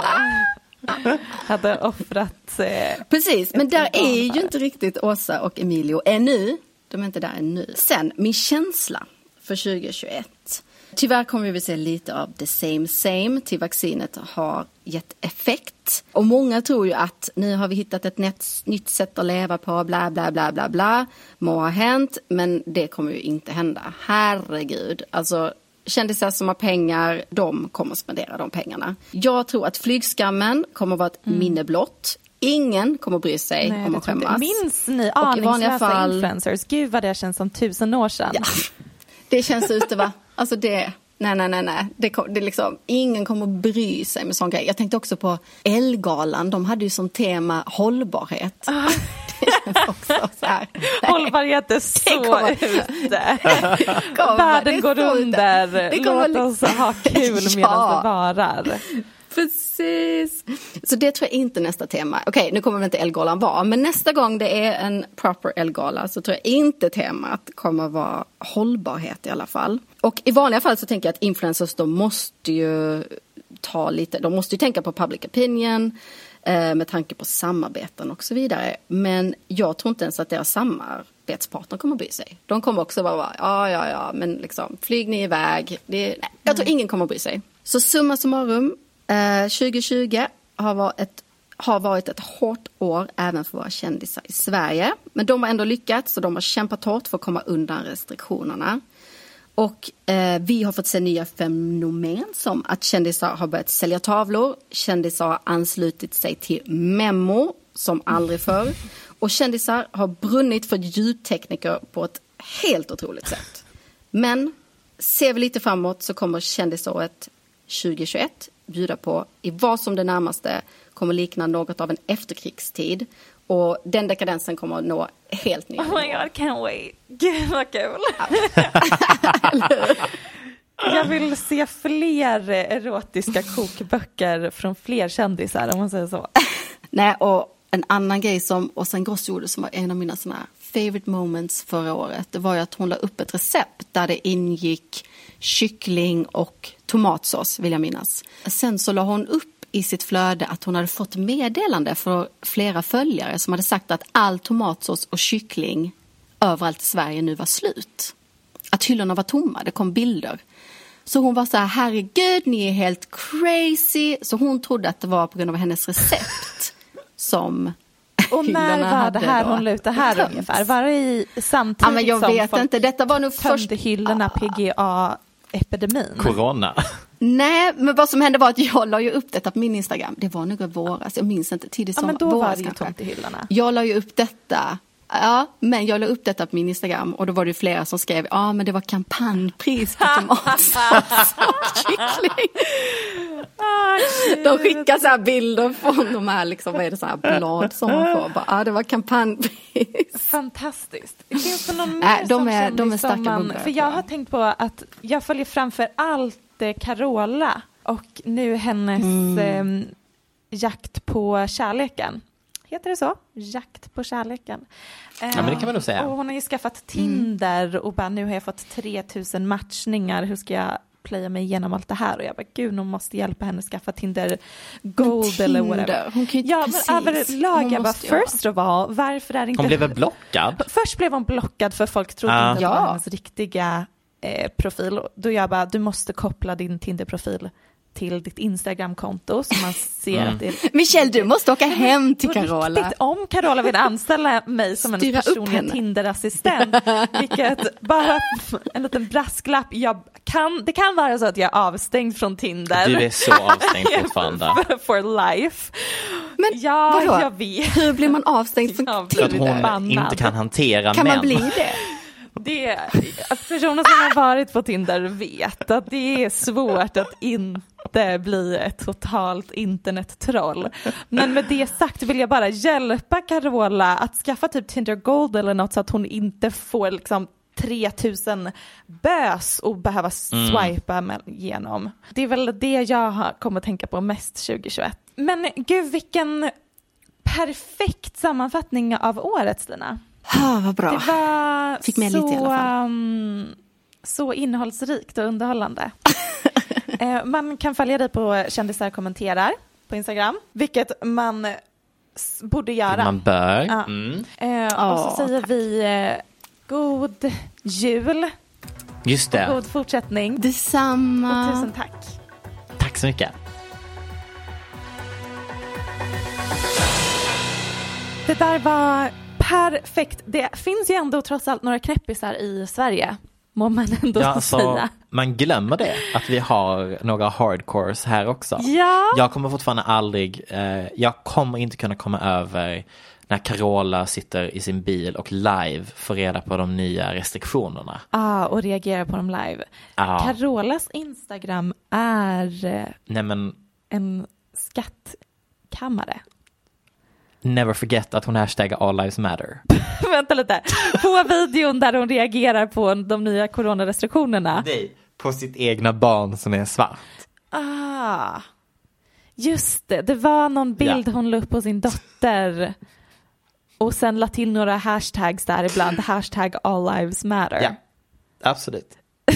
Speaker 7: Hade offrat eh,
Speaker 9: precis, men där är ju inte riktigt Åsa och Emilio ännu. De är inte där ännu. Sen, min känsla för tjugohundratjugoett. Tyvärr kommer vi se lite av the same same till vaccinet har gett effekt. Och många tror ju att nu har vi hittat ett nytt, nytt sätt att leva på, bla bla bla bla bla. Må ha hänt, men det kommer ju inte hända. Herregud, alltså kändisar som har pengar, de kommer att spendera de pengarna. Jag tror att flygskammen kommer att vara ett mm. minne blott. Ingen kommer att bry sig
Speaker 7: Nej,
Speaker 9: om att skämmas.
Speaker 7: Minns ni aningslösa fall... influencers? Gud vad det känns som tusen år sedan.
Speaker 9: Ja, det känns ute va? Alltså det... Nej, nej, nej, nej. Det, det liksom, ingen kommer att bry sig med sån grej. Jag tänkte också på Ellegalan. De hade ju som tema hållbarhet. Ah. Det känns också så här.
Speaker 7: Hållbarhet är så kommer, ute. Kommer, Världen går under. Låt liksom, oss ha kul ja. medan det varar.
Speaker 9: Precis. Så det tror jag inte nästa tema. Okej, okay, nu kommer väl inte Ellegalan vara. Men nästa gång det är en proper Ellegala så tror jag inte temat kommer vara hållbarhet i alla fall. Och i vanliga fall så tänker jag att influencers de måste ju ta lite, de måste ju tänka på public opinion eh, med tanke på samarbeten och så vidare. Men jag tror inte ens att deras samarbetspartner kommer att bry sig. De kommer också vara, ja ja ja, men liksom flyg ni iväg. Det, nej, jag tror ingen kommer att bry sig. Så summa summarum. Uh, tjugohundratjugo har varit, ett, har varit ett hårt år även för våra kändisar i Sverige. Men de har ändå lyckats och de har kämpat hårt för att komma undan restriktionerna. Och uh, vi har fått se nya fenomen som att kändisar har börjat sälja tavlor. Kändisar har anslutit sig till Memo som aldrig förr. Och kändisar har brunnit för ljudtekniker på ett helt otroligt sätt. Men ser vi lite framåt så kommer kändisåret tjugohundratjugoett bjuda på i vad som det närmaste kommer likna något av en efterkrigstid. Och den dekadensen kommer att nå helt nya.
Speaker 7: Oh my god, can't wait. Gud vad kul. Jag vill se fler erotiska kokböcker från fler kändisar om man säger så.
Speaker 9: Nej, och en annan grej som Åsa Ingrosso gjorde som var en av mina såna här favorite moments förra året. Det var ju att hon la upp ett recept där det ingick kyckling och tomatsås vill jag minnas. Sen så la hon upp i sitt flöde att hon hade fått meddelande för flera följare som hade sagt att all tomatsås och kyckling överallt i Sverige nu var slut. att hyllorna var tomma, det kom bilder. Så hon var så här, herregud, ni är helt crazy. Så hon trodde att det var på grund av hennes recept som
Speaker 7: och när var det här hon lutade här tömt. Ungefär? Var det i samtidigt
Speaker 9: ja, men jag
Speaker 7: som
Speaker 9: vet inte. Detta var nog först
Speaker 7: hyllorna P G A-epidemin?
Speaker 8: Corona.
Speaker 9: Nej, men vad som hände var att jag la ju upp detta på min Instagram. Det var nog i våras, jag minns inte. Tidigt som
Speaker 7: ja, men då
Speaker 9: våras,
Speaker 7: var det ju tomt i hyllorna.
Speaker 9: Jag la ju upp detta. Ja, men jag la upp detta på min Instagram och då var det flera som skrev ja, ah, men det var kampanjpris på tomatsås och kyckling. De skickar så här bilder från de här, liksom, vad är det, så här blad som man får. Ja, ah, det var kampanjpris.
Speaker 7: Fantastiskt. Finns det någon mer
Speaker 9: äh, de är,
Speaker 7: som
Speaker 9: de är starka
Speaker 7: man,
Speaker 9: bubblor,
Speaker 7: för jag har tänkt på att jag följer framför allt Carola och nu hennes mm. eh, jakt på kärleken. Heter det så? Jakt på kärleken.
Speaker 8: Ja, men det kan man nog säga.
Speaker 7: Och hon har ju skaffat Tinder mm. och bara nu har jag fått tre tusen matchningar. Hur ska jag playa mig igenom allt det här? Och jag bara, gud, hon måste hjälpa henne att skaffa Tinder Gold Tinder, eller whatever.
Speaker 9: Hon kan ju
Speaker 7: ja,
Speaker 9: precis.
Speaker 7: Men överlag, jag bara, first of all, varför är det inte...
Speaker 8: Hon blev väl blockad?
Speaker 7: Först blev hon blockad för folk trodde
Speaker 8: ah.
Speaker 7: inte att
Speaker 9: ja.
Speaker 7: det var hennes riktiga eh, profil. Då jag bara, du måste koppla din Tinder-profil till ditt Instagram-konto så man ser mm. att det är...
Speaker 9: Michelle, du måste åka hem till Carola.
Speaker 7: Riktigt, om Carola vill anställa mig som en personlig Tinder-assistent, vilket bara en liten brasklapp, jag kan, det kan vara så att jag är avstängd från Tinder.
Speaker 8: Du är så avstängd fortfarande.
Speaker 7: For life.
Speaker 9: Men
Speaker 7: ja,
Speaker 9: vadå?
Speaker 7: jag vet.
Speaker 9: Hur blir man avstängd från
Speaker 7: Tinder?
Speaker 8: För att hon bannad. Inte kan hantera
Speaker 9: kan
Speaker 8: män.
Speaker 9: Kan man bli det?
Speaker 7: Det, att personer som har varit på Tinder vet att det är svårt att inte bli ett totalt internettroll. Men med det sagt vill jag bara hjälpa Carola att skaffa typ Tinder Gold eller något så att hon inte får liksom tre tusen bös och behöva swipa mm. igenom. Det är väl det jag kommer att tänka på mest tjugohundratjugoett. Men gud, vilken perfekt sammanfattning av året, Stina.
Speaker 9: Ah, vad bra.
Speaker 7: Det var
Speaker 9: Fick med
Speaker 7: så,
Speaker 9: lite i alla fall.
Speaker 7: Um, så innehållsrikt och underhållande. eh, man kan följa dig på Kändisar kommenterar på Instagram, vilket man s- borde göra.
Speaker 8: Man bör.
Speaker 7: Ja.
Speaker 8: Mm.
Speaker 7: Eh, och så
Speaker 9: oh,
Speaker 7: säger
Speaker 9: tack.
Speaker 7: vi eh, god jul.
Speaker 8: Just det.
Speaker 7: God fortsättning.
Speaker 9: Detsamma.
Speaker 7: Och tusen tack.
Speaker 8: Tack så mycket.
Speaker 7: Det där var perfekt. Det finns ju ändå trots allt några knäppisar i Sverige. Må man ändå
Speaker 8: ja,
Speaker 7: säga.
Speaker 8: så man glömmer det. Att vi har några hardcores här också.
Speaker 7: Ja.
Speaker 8: Jag kommer fortfarande aldrig... Eh, jag kommer inte kunna komma över när Carola sitter i sin bil och live får reda på de nya restriktionerna.
Speaker 7: Ah, och reagerar på dem live.
Speaker 8: Ah.
Speaker 7: Carolas Instagram är eh,
Speaker 8: Nej, men...
Speaker 7: en skattkammare.
Speaker 8: Never forget att hon hashtaggar All Lives Matter.
Speaker 7: Vänta lite. På videon där hon reagerar på de nya coronarestriktionerna.
Speaker 8: Nej, på sitt egna barn som är svart.
Speaker 7: Ah, just det. Det var någon bild ja. hon la upp på sin dotter. Och sen la till några hashtags där ibland. Hashtag All Lives Matter.
Speaker 8: Ja, absolut.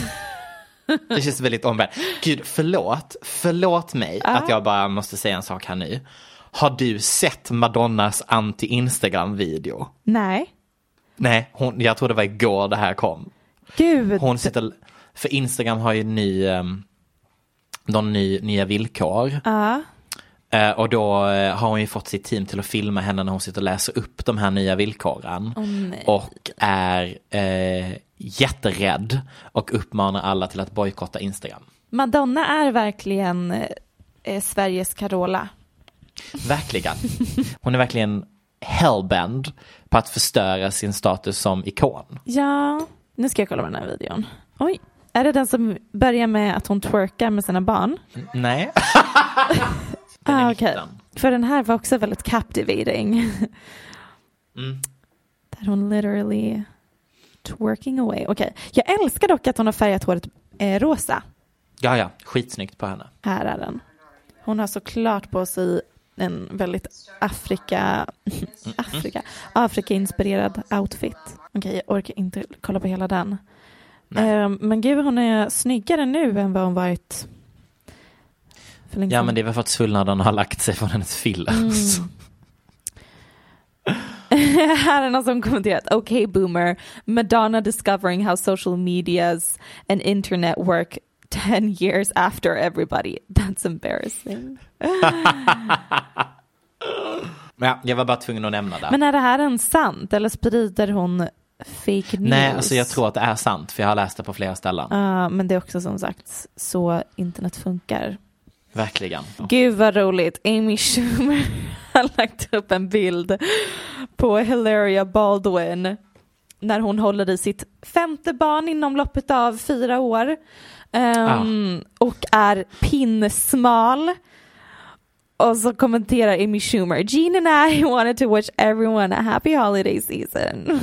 Speaker 8: Det känns väldigt omvänd. Gud, förlåt. Förlåt mig ah. att jag bara måste säga en sak här nu. Har du sett Madonnas anti-Instagram-video?
Speaker 7: Nej.
Speaker 8: Nej, hon, jag tror det var igår det här kom.
Speaker 7: Gud.
Speaker 8: Hon sitter, för Instagram har ju ny, um, de ny, nya villkor.
Speaker 7: Ja.
Speaker 8: Uh, och då uh, har hon ju fått sitt team till att filma henne när hon sitter och läser upp de här nya villkoren.
Speaker 7: Oh,
Speaker 8: och är uh, jätterädd och uppmanar alla till att bojkotta Instagram.
Speaker 7: Madonna är verkligen uh, Sveriges Carola.
Speaker 8: Verkligen. Hon är verkligen hellbend på att förstöra sin status som ikon.
Speaker 7: Ja, nu ska jag kolla på den här videon. Oj, är det den som börjar med att hon twerkar med sina barn?
Speaker 8: N- nej.
Speaker 7: ah, okej. Okay. För den här var också väldigt captivating.
Speaker 8: Mm.
Speaker 7: Där hon literally twerking away. Okej, okay. Jag älskar dock att hon har färgat håret eh, rosa.
Speaker 8: Ja, ja. Skitsnyggt på henne.
Speaker 7: Här är den. Hon har såklart på sig en väldigt Afrika Afrika Afrika-inspirerad outfit. Okej, okay, jag orkar inte kolla på hela den. Uh, men gud, hon är snyggare nu än vad hon varit för länge.
Speaker 8: Ja, men det är väl för att svullnaden har lagt sig från hennes fillers.
Speaker 7: Mm. Här är någon som kommenterat. Okay, boomer. Madonna discovering how social medias and internet work ten years after everybody. That's embarrassing.
Speaker 8: Ja, jag var bara tvungen att nämna det.
Speaker 7: Men är det här en sant eller sprider hon fake news?
Speaker 8: Nej, alltså jag tror att det är sant för jag har läst det på flera ställen.
Speaker 7: Uh, men det är också som sagt så internet funkar.
Speaker 8: Verkligen.
Speaker 7: Gud vad roligt. Amy Schumer har lagt upp en bild på Hilaria Baldwin när hon håller i sitt femte barn inom loppet av fyra år. Um, ah. Och är pinsmal. Och så kommenterar Amy Schumer, Gene and I wanted to wish everyone a happy holiday season.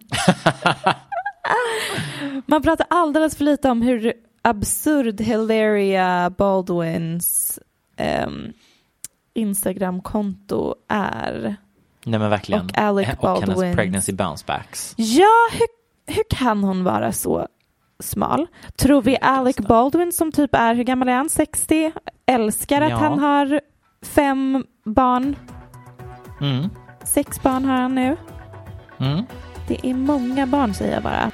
Speaker 7: Man pratar alldeles för lite om hur absurd Hilaria Baldwins um, Instagram-konto är.
Speaker 8: Nej men verkligen.
Speaker 7: Och Alec Baldwin.
Speaker 8: Och hennes pregnancy bounce backs.
Speaker 7: Ja, hur, hur kan hon vara så smal? Tror vi Alec Baldwin som typ är, hur gammal är han? sextio? Älskar att ja. han har fem barn.
Speaker 8: Mm.
Speaker 7: Sex barn har han nu.
Speaker 8: Mm.
Speaker 7: Det är många barn, säger jag bara.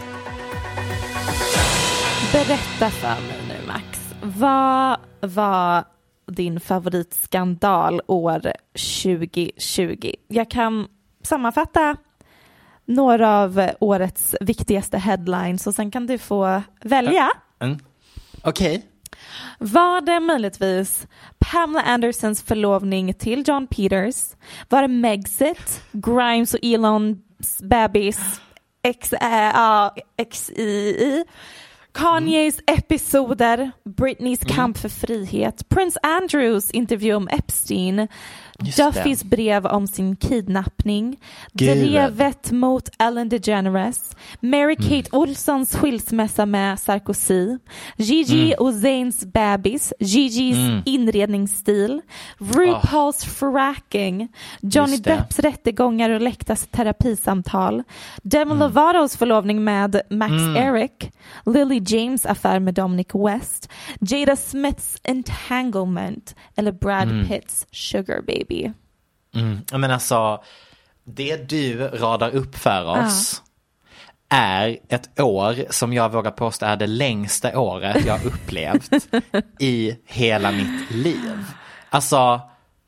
Speaker 7: Berätta för mig nu, Max. Vad var din favoritskandal år tjugo tjugo? Jag kan sammanfatta några av årets viktigaste headlines och sen kan du få välja.
Speaker 8: Mm. Okej. Okay.
Speaker 7: Var det möjligtvis Pamela Andersons förlovning till John Peters? Var det Megxit, Grimes och Elons bebis, X, äh, X I I, Kanyes mm. episoder, Britneys mm. kamp för frihet, Prince Andrews intervju om Epstein, Just Duffys det. brev om sin kidnappning, Gud. drevet mot Ellen DeGeneres, Mary-Kate mm. Olsons skilsmässa med Sarkozy, Gigi mm. och Zains bebis, Gigis mm. inredningsstil, RuPaul's oh. fracking, Johnny Depps rättegångar och läktas terapisamtal, Demi mm. Lovatos förlovning med Max mm. Eric, Lily James affär med Dominic West, Jada Smiths entanglement eller Brad mm. Pitts sugar baby.
Speaker 8: Mm. Men alltså, det du radar upp för oss ah. är ett år som jag vågar påstå är det längsta året jag upplevt i hela mitt liv. Alltså,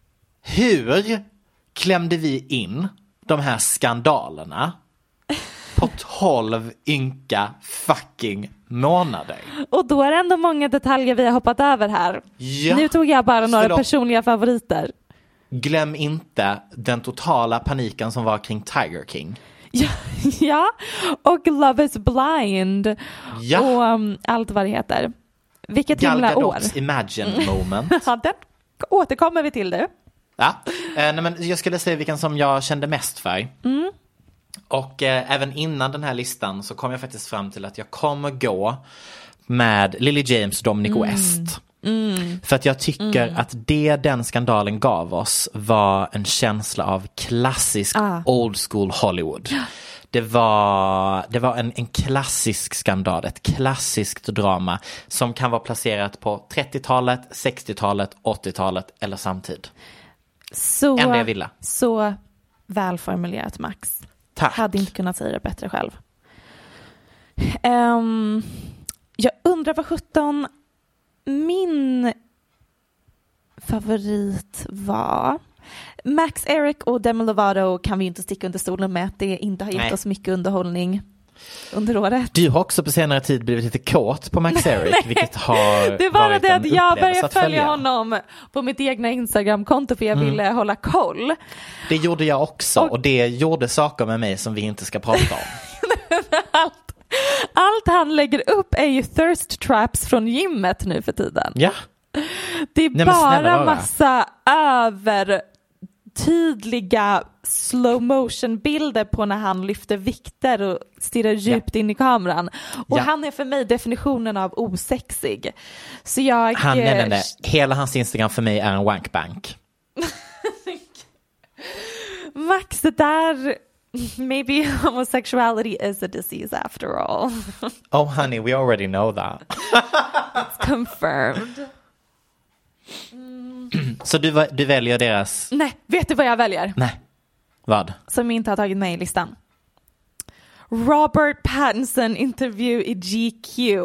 Speaker 8: hur klämde vi in de här skandalerna på tolv ynka fucking månader?
Speaker 7: Och då är det ändå många detaljer vi har hoppat över här.
Speaker 8: Ja.
Speaker 7: Nu tog jag bara några
Speaker 8: Förlåt.
Speaker 7: personliga favoriter.
Speaker 8: Glöm inte den totala paniken som var kring Tiger King.
Speaker 7: Ja, ja. Och Love is blind.
Speaker 8: Ja.
Speaker 7: Och um, allt vad det heter. Vilket
Speaker 8: Gal
Speaker 7: himla år.
Speaker 8: Gadots Imagine moment.
Speaker 7: Ja, den återkommer vi till nu.
Speaker 8: Ja, eh, nej, men jag skulle säga vilken som jag kände mest för.
Speaker 7: Mm.
Speaker 8: Och eh, även innan den här listan så kom jag faktiskt fram till att jag kommer gå med Lily James och Dominic mm. West.
Speaker 7: Mm.
Speaker 8: För att jag tycker
Speaker 7: mm.
Speaker 8: att det den skandalen gav oss var en känsla av klassisk
Speaker 7: ah.
Speaker 8: old school Hollywood. Det var, det var en, en klassisk skandal, ett klassiskt drama som kan vara placerat på trettiotalet, sextiotalet, åttiotalet eller samtid.
Speaker 7: Så,
Speaker 8: Enda jag ville.
Speaker 7: Så välformulerat, Max.
Speaker 8: Tack.
Speaker 7: Hade inte kunnat säga det bättre själv. Um, jag undrar vad sjutton min favorit var. Max Eric och Demi Lovato kan vi inte sticka under stolen med att det inte har gett Nej. oss mycket underhållning under året.
Speaker 8: Du har också på senare tid blivit lite kåt på Max Eric, vilket har
Speaker 7: det var
Speaker 8: varit
Speaker 7: det att jag började följa,
Speaker 8: följa
Speaker 7: honom på mitt egna Instagram-konto för jag mm. ville hålla koll.
Speaker 8: Det gjorde jag också och, och det gjorde saker med mig som vi inte ska prata om.
Speaker 7: allt, allt han lägger upp är ju thirst traps från gymmet nu för tiden.
Speaker 8: Ja.
Speaker 7: Det är Nej, bara massa över tydliga slow motion bilder på när han lyfter vikter och stirrar djupt ja. in i kameran. Och ja. han är för mig definitionen av osexig. Så jag...
Speaker 8: Han, nej, nej, nej. Hela hans Instagram för mig är en wankbank.
Speaker 7: Max, det där... Maybe homosexuality is a disease after all.
Speaker 8: Oh honey, we already know that.
Speaker 7: It's confirmed.
Speaker 8: Mm. Så du, du väljer deras...
Speaker 7: Nej, vet du vad jag väljer?
Speaker 8: Nej. Vad?
Speaker 7: Som inte har tagit med i listan. Robert Pattinson interview i G Q.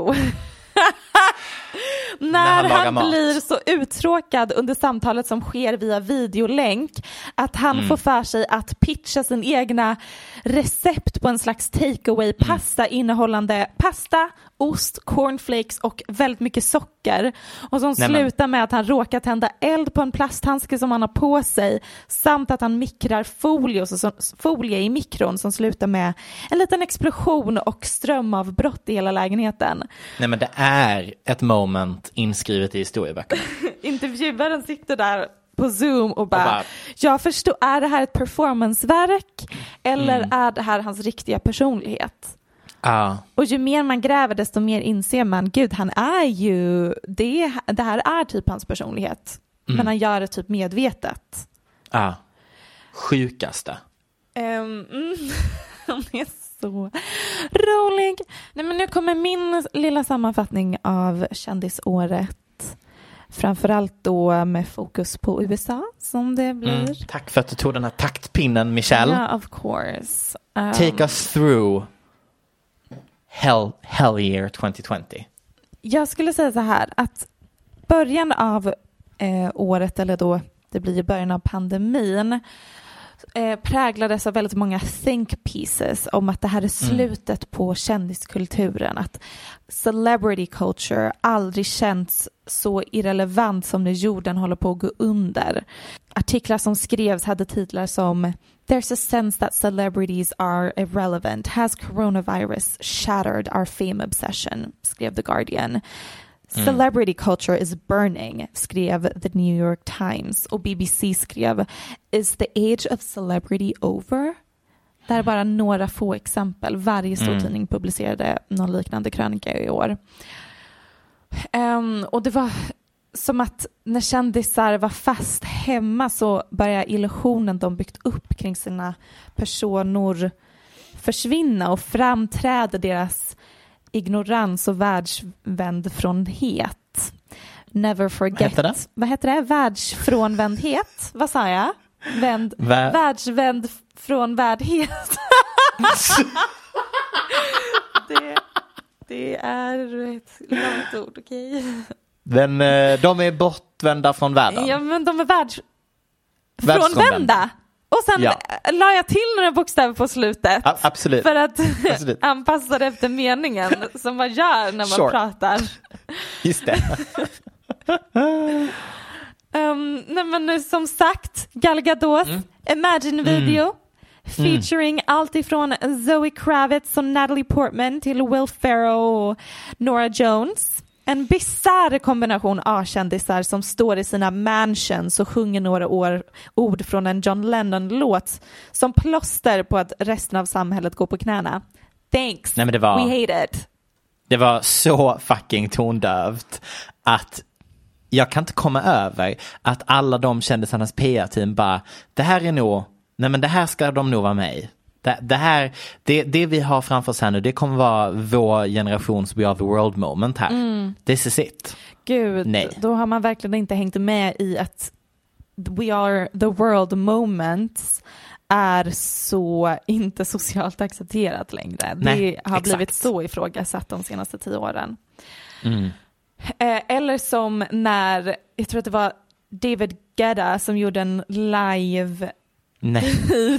Speaker 7: När, När han, han blir så uttråkad under samtalet som sker via videolänk att han mm. får för sig att pitcha sin egna recept på en slags takeaway pasta mm. innehållande pasta, ost, cornflakes och väldigt mycket socker, och som Nej, slutar men. med att han råkar tända eld på en plasthandske som han har på sig, samt att han mikrar folie, så, folie i mikron som slutar med en liten explosion och strömavbrott i hela lägenheten.
Speaker 8: Nej, men det är ett moment inskrivet i historieböckerna.
Speaker 7: Intervjuaren sitter där på Zoom och bara, och bara jag förstår, är det här ett performanceverk eller mm. är det här hans riktiga personlighet?
Speaker 8: Ah.
Speaker 7: Och ju mer man gräver desto mer inser man, gud, han är ju det, det här är typ hans personlighet. Mm. Men han gör det typ medvetet.
Speaker 8: Ja. Ah. Sjukaste.
Speaker 7: Um, mm. Han är så rolig. Nej, men nu kommer min lilla sammanfattning av kändisåret. Framförallt då med fokus på U S A som det blir. Mm.
Speaker 8: Tack för att du tog den här taktpinnen, Michelle.
Speaker 7: Ja, yeah, of course. Um,
Speaker 8: Take us through hell, hell year twenty twenty.
Speaker 7: Jag skulle säga så här att början av eh, året, eller då det blir ju början av pandemin, eh, präglades av väldigt många think pieces om att det här är slutet mm. på kändiskulturen, att celebrity culture aldrig känts så irrelevant som när jorden håller på att gå under. Artiklar som skrevs hade titlar som "There's a sense that celebrities are irrelevant. Has coronavirus shattered our fame obsession?" skrev The Guardian. Mm. "Celebrity culture is burning", skrev The New York Times. Och B B C skrev "Is the age of celebrity over?" Det här är bara några få exempel. Varje stor mm. tidning publicerade någon liknande krönika i år. Um, och det var som att när kändisar var fast hemma så började illusionen de byggt upp kring sina personer försvinna, och framträder deras ignorans och världsvändfrånhet. Never forget.
Speaker 8: Vad heter det?
Speaker 7: Vad heter det? Världsfrånvändhet. Vad sa jag? Vänd, Vär... Världsvänd från värdhet. det, det är ett långt ord, okej? Okay?
Speaker 8: Men de är bortvända från världen.
Speaker 7: Ja, men de är världs... frånvända. Och sen ja. la jag till några bokstäver på slutet.
Speaker 8: A- absolut.
Speaker 7: För att
Speaker 8: absolut.
Speaker 7: anpassa det efter meningen som man gör när man sure. pratar.
Speaker 8: Just det.
Speaker 7: um, nej, men som sagt, Gal Gadot, mm. Imagine video. Mm. Featuring mm. allt ifrån Zoe Kravitz och Natalie Portman till Will Ferrell och Norah Jones. En bizarr kombination A-kändisar som står i sina mansions och sjunger några år, ord från en John Lennon-låt som plåster på att resten av samhället går på knäna. Thanks,
Speaker 8: Nej, men det var,
Speaker 7: we hate it.
Speaker 8: Det var så fucking tondövt att jag kan inte komma över att alla de kändisarnas P R-team bara, det här är nog, nej men det här ska de nog vara med i. Det, det här, det, det vi har framför oss här nu, det kommer vara vår generations We Are The World moment här. Mm. This is it.
Speaker 7: Gud, Nej. Då har man verkligen inte hängt med i att We Are The World moments är så inte socialt accepterat längre. Nej, det har exakt. blivit så ifrågasatt de senaste tio åren.
Speaker 8: Mm.
Speaker 7: Eh, eller som när, jag tror att det var David Guetta som gjorde en live D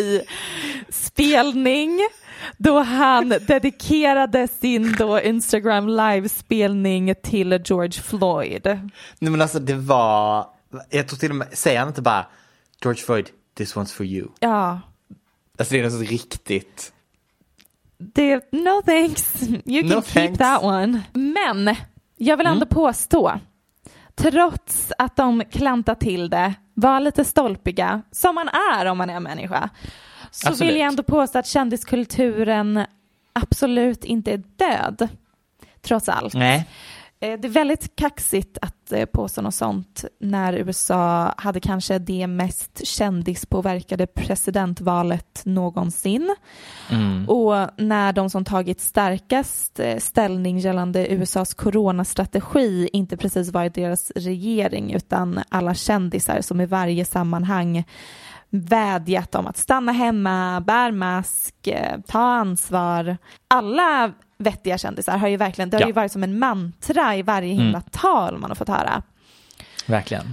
Speaker 7: J-spelning då han dedikerade sin då Instagram live-spelning till George Floyd.
Speaker 8: Nej, men alltså det var, jag tror till och med, säger han inte bara George Floyd, this one's for you?
Speaker 7: Ja.
Speaker 8: Alltså det är något riktigt.
Speaker 7: Det, no thanks, you can
Speaker 8: no
Speaker 7: keep
Speaker 8: thanks.
Speaker 7: that one. Men jag vill ändå mm. påstå, trots att de klantar till det, var lite stolpiga, som man är om man är människa, så absolut. vill jag ändå påstå att kändiskulturen absolut inte är död, trots allt.
Speaker 8: Nej.
Speaker 7: Det är väldigt kaxigt att påstå något sånt när U S A hade kanske det mest kändispåverkade presidentvalet någonsin.
Speaker 8: Mm.
Speaker 7: Och när de som tagit starkast ställning gällande U S As coronastrategi inte precis varit deras regering utan alla kändisar som i varje sammanhang vädjat om att stanna hemma, bär mask, ta ansvar. Alla vettiga kändisar har ju verkligen, det har ja. ju varit som en mantra i varje himla mm. tal man har fått höra.
Speaker 8: Verkligen.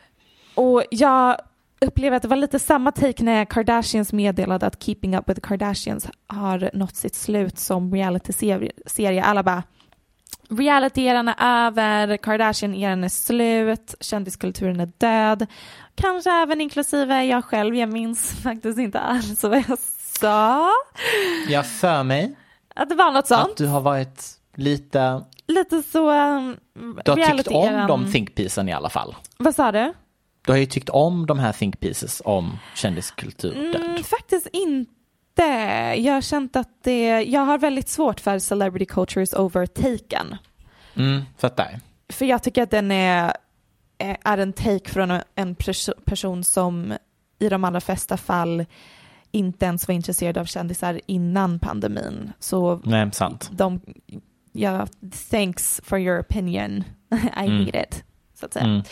Speaker 7: Och jag upplever att det var lite samma take när Kardashians meddelade att Keeping Up with the Kardashians har nått sitt slut som reality-serie. Alla bara, reality-eran är över, Kardashian-eran är slut, kändiskulturen är död. Kanske även inklusive jag själv, jag minns faktiskt inte alls vad jag sa.
Speaker 8: Jag för mig
Speaker 7: att det var något sånt.
Speaker 8: Att du har varit lite...
Speaker 7: Lite så... Um,
Speaker 8: du har tyckt om de think piecen i alla fall.
Speaker 7: Vad sa du?
Speaker 8: Du har ju tyckt om de här think pieces om kändiskultur.
Speaker 7: Mm, faktiskt inte. Jag har känt att det... Jag har väldigt svårt för celebrity cultures overtaken.
Speaker 8: Mm, fattar.
Speaker 7: För jag tycker att den är, är en take från en person som i de allra flesta fall inte ens var intresserad av kändisar innan pandemin. Så
Speaker 8: nej, sant.
Speaker 7: De, ja, thanks for your opinion. I mm. need it, så att säga. Mm.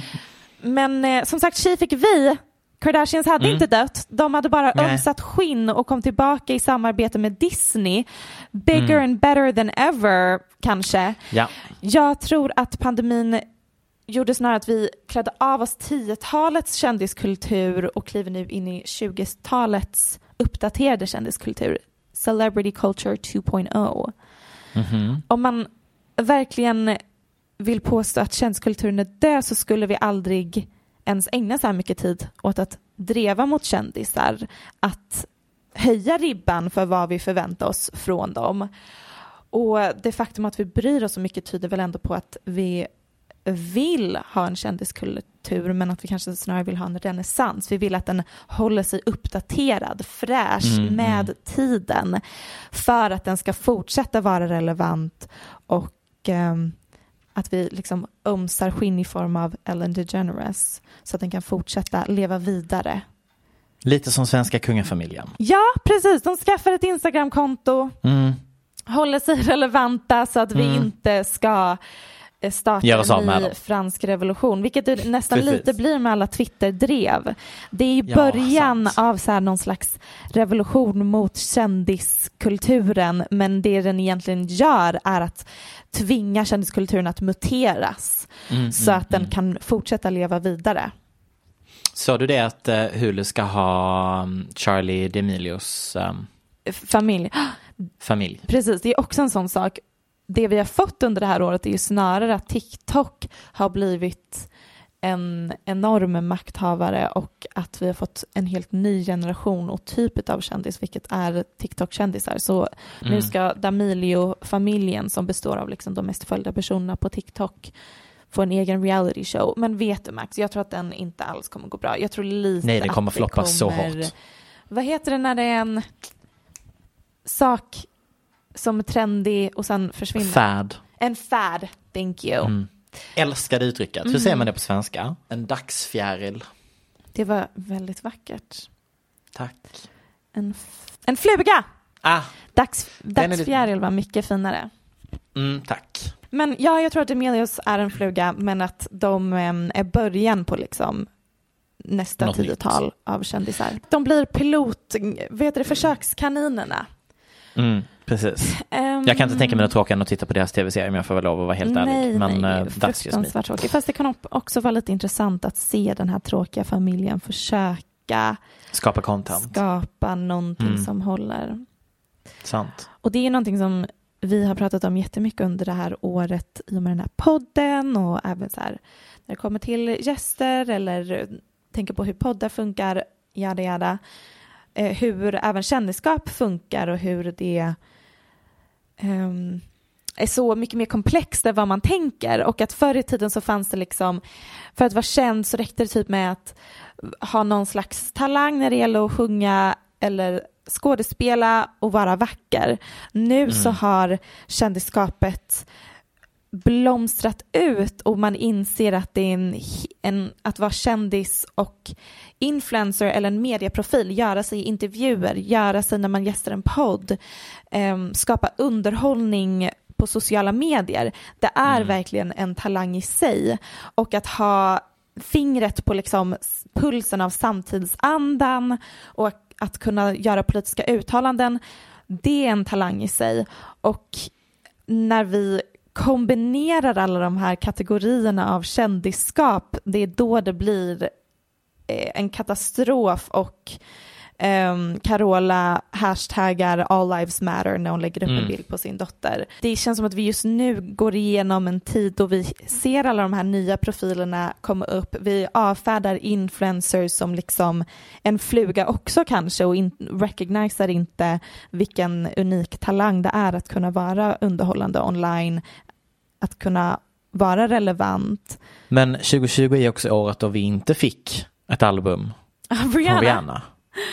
Speaker 7: Men eh, som sagt, tjej fick vi. Kardashians hade mm. inte dött. De hade bara Nej. ömsat skinn och kom tillbaka i samarbete med Disney. Bigger mm. and better than ever, kanske.
Speaker 8: Ja.
Speaker 7: Jag tror att pandemin gjorde snarare att vi klädde av oss tiotalets kändiskultur och kliver nu in i tjugotalets uppdaterade kändiskultur. Celebrity culture two point oh. Mm-hmm. Om man verkligen vill påstå att kändiskulturen är död, så skulle vi aldrig ens ägna så här mycket tid åt att dreva mot kändisar, att höja ribban för vad vi förväntar oss från dem. Och det faktum att vi bryr oss så mycket tyder väl ändå på att vi vill ha en kändiskultur, men att vi kanske snarare vill ha en renässans. Vi vill att den håller sig uppdaterad, fräsch mm, med mm. tiden, för att den ska fortsätta vara relevant och um, att vi liksom ömsar skinn i form av Ellen DeGeneres, så att den kan fortsätta leva vidare.
Speaker 8: Lite som svenska kungafamiljen.
Speaker 7: Ja, precis. De skaffar ett Instagram-konto,
Speaker 8: mm. håller
Speaker 7: sig relevanta så att vi mm. inte ska starta en ny fransk revolution, vilket det nästan precis. lite blir med alla Twitter-drev. Det är ju ja, början sant. av så här någon slags revolution mot kändiskulturen, men det den egentligen gör är att tvinga kändiskulturen att muteras mm, så mm, att den mm. kan fortsätta leva vidare.
Speaker 8: Så du det att uh, Hulu ska ha um, Charli D'Amelios um,
Speaker 7: familj.
Speaker 8: familj?
Speaker 7: Precis, det är också en sån sak. Det vi har fått under det här året är ju snarare att TikTok har blivit en enorm makthavare och att vi har fått en helt ny generation och typ av kändis, vilket är TikTok-kändisar. Så mm. nu ska D'Amelio-familjen, som består av liksom de mest följda personerna på TikTok, få en egen reality show. Men vet du, Max, jag tror att den inte alls kommer gå bra. Jag tror lite
Speaker 8: Nej, det kommer
Speaker 7: att
Speaker 8: floppa så hårt.
Speaker 7: Vad heter det när det är en sak som är trendig och sen försvinner?
Speaker 8: Fad.
Speaker 7: En fad, thank you. Mm.
Speaker 8: Älskade uttrycket. Mm. Hur säger man det på svenska? En dagsfjäril.
Speaker 7: Det var väldigt vackert.
Speaker 8: Tack.
Speaker 7: En, f- en fluga!
Speaker 8: Ah,
Speaker 7: Dags, dagsfjäril var mycket finare.
Speaker 8: Mm, tack.
Speaker 7: Men ja, jag tror att D'Amelios är en fluga, men att de äm, är början på liksom nästa Något tiotal nytt. av kändisar. De blir pilot, vet du, försökskaninerna.
Speaker 8: Mm, precis. Um, jag kan inte tänka mig något tråkigt att titta på deras tv-serier, men jag får väl lov att vara helt
Speaker 7: nej,
Speaker 8: ärlig. Men
Speaker 7: nej,
Speaker 8: uh, that's just me.
Speaker 7: Tråkigt. Fast det kan också vara lite intressant att se den här tråkiga familjen försöka
Speaker 8: skapa content.
Speaker 7: Skapa någonting mm. som håller.
Speaker 8: Sant.
Speaker 7: Och det är någonting som vi har pratat om jättemycket under det här året i och med den här podden, och även så här när det kommer till gäster eller tänker på hur poddar funkar, jada jada. Eh, hur även kändisskap funkar och hur det um, är så mycket mer komplext än vad man tänker. Och att förr i tiden så fanns det liksom, för att vara känd så räckte det typ med att ha någon slags talang när det gäller att sjunga eller skådespela och vara vacker. Nu mm. så har kändisskapet blomstrat ut och man inser att det är en, en att vara kändis och influencer eller en medieprofil, göra sig i intervjuer, göra sig när man gästar en podd, eh, skapa underhållning på sociala medier. Det är mm. verkligen en talang i sig, och att ha fingret på liksom pulsen av samtidsandan och att kunna göra politiska uttalanden. Det är en talang i sig. Och när vi kombinerar alla de här kategorierna av kändisskap, det är då det blir en katastrof. Och um, Carola hashtaggar All Lives Matter när hon lägger upp mm. en bild på sin dotter. Det känns som att vi just nu går igenom en tid då vi ser alla de här nya profilerna komma upp. Vi avfärdar influencers som liksom en fluga också kanske och in- recogniserar inte vilken unik talang det är att kunna vara underhållande online, att kunna vara relevant.
Speaker 8: Men tjugo tjugo är också året då vi inte fick ett album
Speaker 7: Rihanna.
Speaker 8: från Rihanna.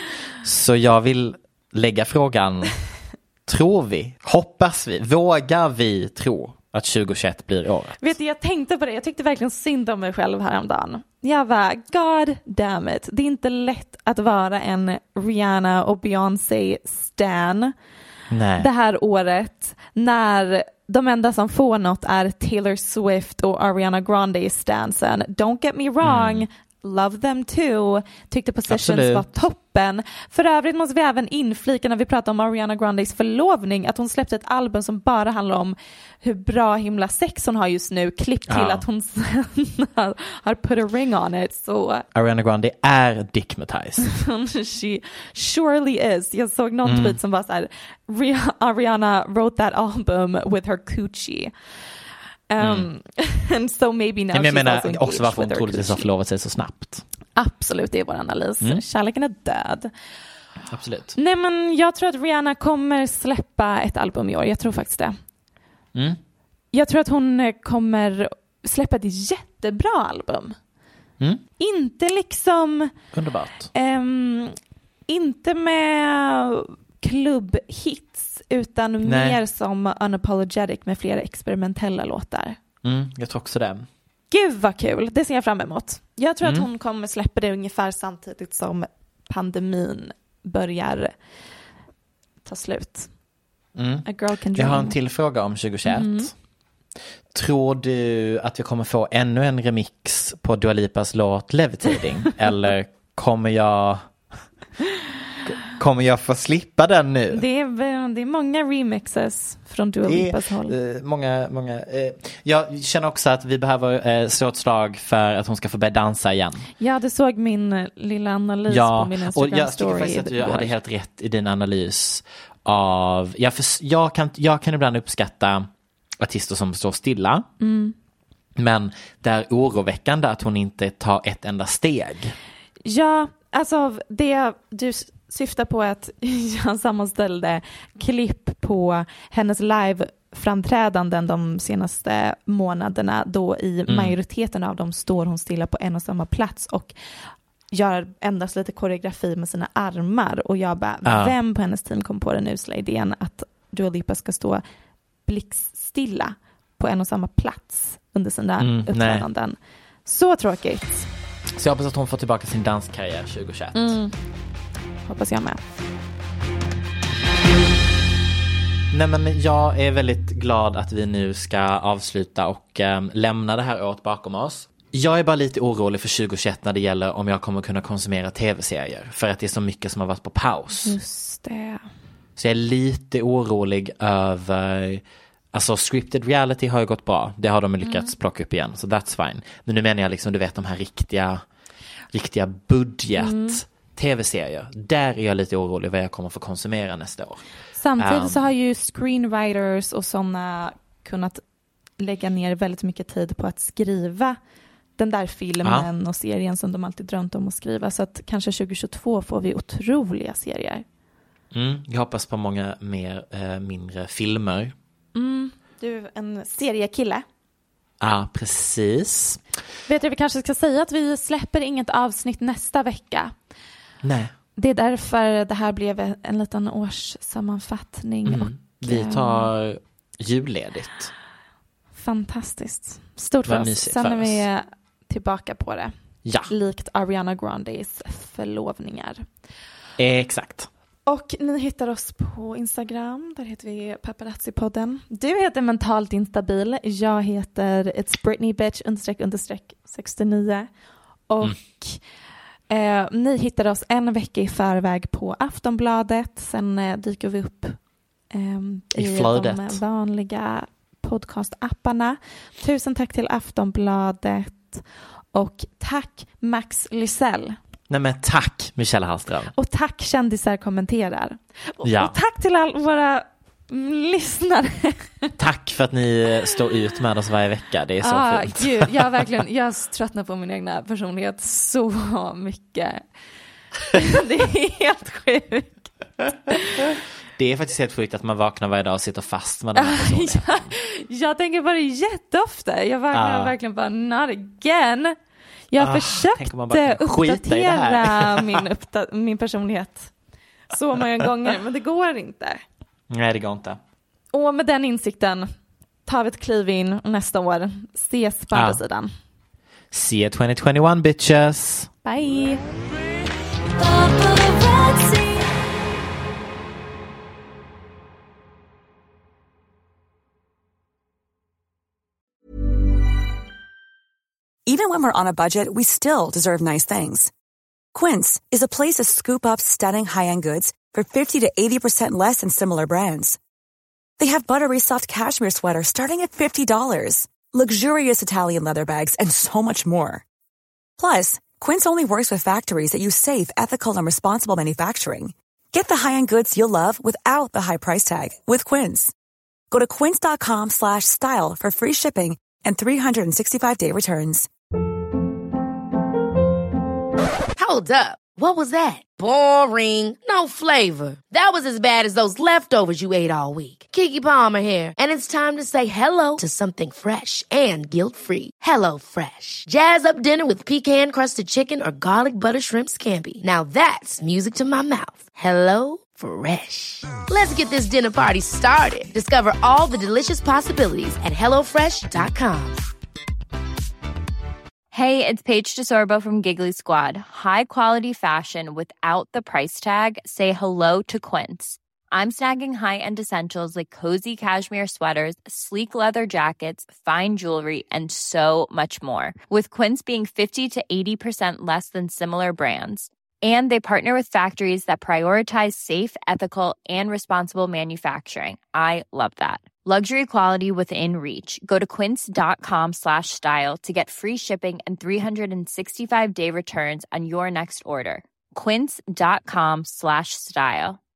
Speaker 8: Så jag vill lägga frågan, tror vi, hoppas vi, vågar vi tro att tjugohundratjugoett blir året?
Speaker 7: Vet du, jag tänkte på det, jag tyckte verkligen synd om mig själv häromdagen. Jag var, god damn it, det är inte lätt att vara en Rihanna och Beyoncé stan
Speaker 8: Nej.
Speaker 7: det här året, när de enda som får något är Taylor Swift och Ariana Grande stansen. Don't get me wrong, mm. love them too. Tyckte Possessions
Speaker 8: Absolut.
Speaker 7: var toppen. För övrigt måste vi även inflika när vi pratar om Ariana Grandes förlovning att hon släppte ett album som bara handlar om hur bra himla sex hon har just nu. Klipp till
Speaker 8: ja.
Speaker 7: att hon har put a ring on it. Så
Speaker 8: Ariana Grande är dickmatized.
Speaker 7: she surely is. Jag såg någon
Speaker 8: mm.
Speaker 7: tweet som var så här: Ariana wrote that album with her coochie. Um, mm. And so maybe now
Speaker 8: Men jag
Speaker 7: she's
Speaker 8: menar
Speaker 7: also
Speaker 8: också varför hon
Speaker 7: with her
Speaker 8: troligtvis har
Speaker 7: coochie.
Speaker 8: förlovat sig så snabbt.
Speaker 7: Absolut, det är vår analys.
Speaker 8: Mm.
Speaker 7: Kärleken är död.
Speaker 8: Absolut.
Speaker 7: Nej, men jag tror att Rihanna kommer släppa ett album i år. Jag tror faktiskt det.
Speaker 8: Mm.
Speaker 7: Jag tror att hon kommer släppa ett jättebra album.
Speaker 8: Mm.
Speaker 7: Inte liksom...
Speaker 8: Underbart.
Speaker 7: Um, inte med klubbhits utan
Speaker 8: Nej.
Speaker 7: mer som Unapologetic med flera experimentella låtar.
Speaker 8: Mm, jag tror också det.
Speaker 7: Gud vad kul, det ser jag fram emot. Jag tror
Speaker 8: Mm.
Speaker 7: att hon kommer släppa det ungefär samtidigt som pandemin börjar ta slut.
Speaker 8: Mm.
Speaker 7: A girl can
Speaker 8: Jag
Speaker 7: dream.
Speaker 8: har en till fråga om tjugohundratjugoett.
Speaker 7: Mm.
Speaker 8: Tror du att vi kommer få ännu en remix på Dua Lipas låt Levitating? Eller kommer jag kommer jag få slippa den nu?
Speaker 7: Det är, det är många remixes från Dua Lipas håll.
Speaker 8: Eh, många, många. Eh, jag känner också att vi behöver eh, slå ett slag för att hon ska få börja dansa igen.
Speaker 7: Ja, du såg min lilla analys
Speaker 8: ja,
Speaker 7: på min
Speaker 8: och
Speaker 7: Instagram
Speaker 8: jag tycker
Speaker 7: story.
Speaker 8: faktiskt att du hade helt rätt i din analys av, jag, för, jag, kan, jag kan ibland uppskatta artister som står stilla.
Speaker 7: Mm.
Speaker 8: Men det är oroväckande att hon inte tar ett enda steg.
Speaker 7: Ja, alltså det du syftar på att jag sammanställde klipp på hennes live-framträdanden de senaste månaderna, då i
Speaker 8: Mm.
Speaker 7: majoriteten av dem står hon stilla på en och samma plats och gör endast lite koreografi med sina armar. Och jag bara,
Speaker 8: Ja.
Speaker 7: vem på hennes team kom på den usla idén att Dua Lipa ska stå blickstilla på en och samma plats under sina
Speaker 8: Mm,
Speaker 7: uppträdanden? Så tråkigt.
Speaker 8: Så jag hoppas att hon får tillbaka sin danskarriär tjugohundratjugoett.
Speaker 7: Mm. Hoppas jag med.
Speaker 8: Nej, men jag är väldigt glad att vi nu ska avsluta och eh, lämna det här året bakom oss. Jag är bara lite orolig för tjugohundratjugoett när det gäller om jag kommer kunna konsumera tv-serier. För att det är så mycket som har varit på paus.
Speaker 7: Just det.
Speaker 8: Så jag är lite orolig över... Alltså scripted reality har ju gått bra. Det har de lyckats mm. plocka upp igen. Så that's fine. Men nu menar jag liksom, du vet, de här riktiga, riktiga budget mm. tv-serier. Där är jag lite orolig vad jag kommer få konsumera nästa år.
Speaker 7: Samtidigt
Speaker 8: um,
Speaker 7: så har ju screenwriters och sådana kunnat lägga ner väldigt mycket tid på att skriva den där filmen ja. och serien som de alltid drömt om att skriva. Så att kanske tjugohundratjugotvå får vi otroliga serier.
Speaker 8: Mm, jag hoppas på många mer eh, mindre filmer.
Speaker 7: Mm, du är en seriekille.
Speaker 8: Ja, precis.
Speaker 7: Vet du, vi kanske ska säga att vi släpper inget avsnitt nästa vecka.
Speaker 8: Nej.
Speaker 7: Det är därför det här blev en liten årssammanfattning.
Speaker 8: Mm.
Speaker 7: Och,
Speaker 8: vi tar julledigt.
Speaker 7: Fantastiskt. Stort för oss. Sen är vi tillbaka på det.
Speaker 8: Ja.
Speaker 7: Likt Ariana Grandes förlovningar.
Speaker 8: Exakt.
Speaker 7: Och ni hittar oss på Instagram. Där heter vi Paparazzi-podden. Du heter Mentalt Instabil. Jag heter It's Britney Bitch understreck understreck sextionio. Och mm. eh, ni hittar oss en vecka i förväg på Aftonbladet. Sen eh, dyker vi upp eh, i, i de vanliga podcast-apparna. Tusen tack till Aftonbladet. Och tack Max Lysell.
Speaker 8: Nej men tack Michelle Hallström.
Speaker 7: Och tack Kändisar kommenterar. Och,
Speaker 8: ja.
Speaker 7: och tack till all våra lyssnare.
Speaker 8: Tack för att ni står ut med oss varje vecka. Det är så
Speaker 7: ah,
Speaker 8: fint.
Speaker 7: Gud, jag har verkligen, jag tröttnar på min egna personlighet så mycket. Det är helt sjukt.
Speaker 8: Det är faktiskt helt sjukt att man vaknar varje dag och sitter fast med den här personligheten.
Speaker 7: jag, jag tänker på det jätteofta. Jag vaknar ah. verkligen bara, not again. Jag har ah, försökt uppdatera min, uppda- min personlighet så många gånger, men det går inte.
Speaker 8: Nej, det går inte.
Speaker 7: Och med den insikten tar vi ett kliv in nästa år. Ses på ah. andra sidan.
Speaker 8: See you twenty twenty-one, bitches.
Speaker 7: Bye.
Speaker 10: Even when we're on a budget, we still deserve nice things. Quince is a place to scoop up stunning high-end goods for fifty to eighty percent less than similar brands. They have buttery soft cashmere sweaters starting at fifty dollars, luxurious Italian leather bags, and so much more. Plus, Quince only works with factories that use safe, ethical, and responsible manufacturing. Get the high-end goods you'll love without the high price tag with Quince. Go to quince.com slash style for free shipping and three sixty-five day returns.
Speaker 1: Hold up. What was that? Boring. No flavor. That was as bad as those leftovers you ate all week. Keke Palmer here. And it's time to say hello to something fresh and guilt-free. Hello Fresh. Jazz up dinner with pecan-crusted chicken or garlic butter shrimp scampi. Now that's music to my mouth. Hello Fresh. Let's get this dinner party started. Discover all the delicious possibilities at hello fresh dot com.
Speaker 11: Hey, it's Paige DeSorbo from Giggly Squad. High quality fashion without the price tag. Say hello to Quince. I'm snagging high-end essentials like cozy cashmere sweaters, sleek leather jackets, fine jewelry, and so much more. With Quince being fifty to eighty percent less than similar brands. And they partner with factories that prioritize safe, ethical, and responsible manufacturing. I love that. Luxury quality within reach. Go to quince.com slash style to get free shipping and three sixty-five day returns on your next order. Quince.com slash style.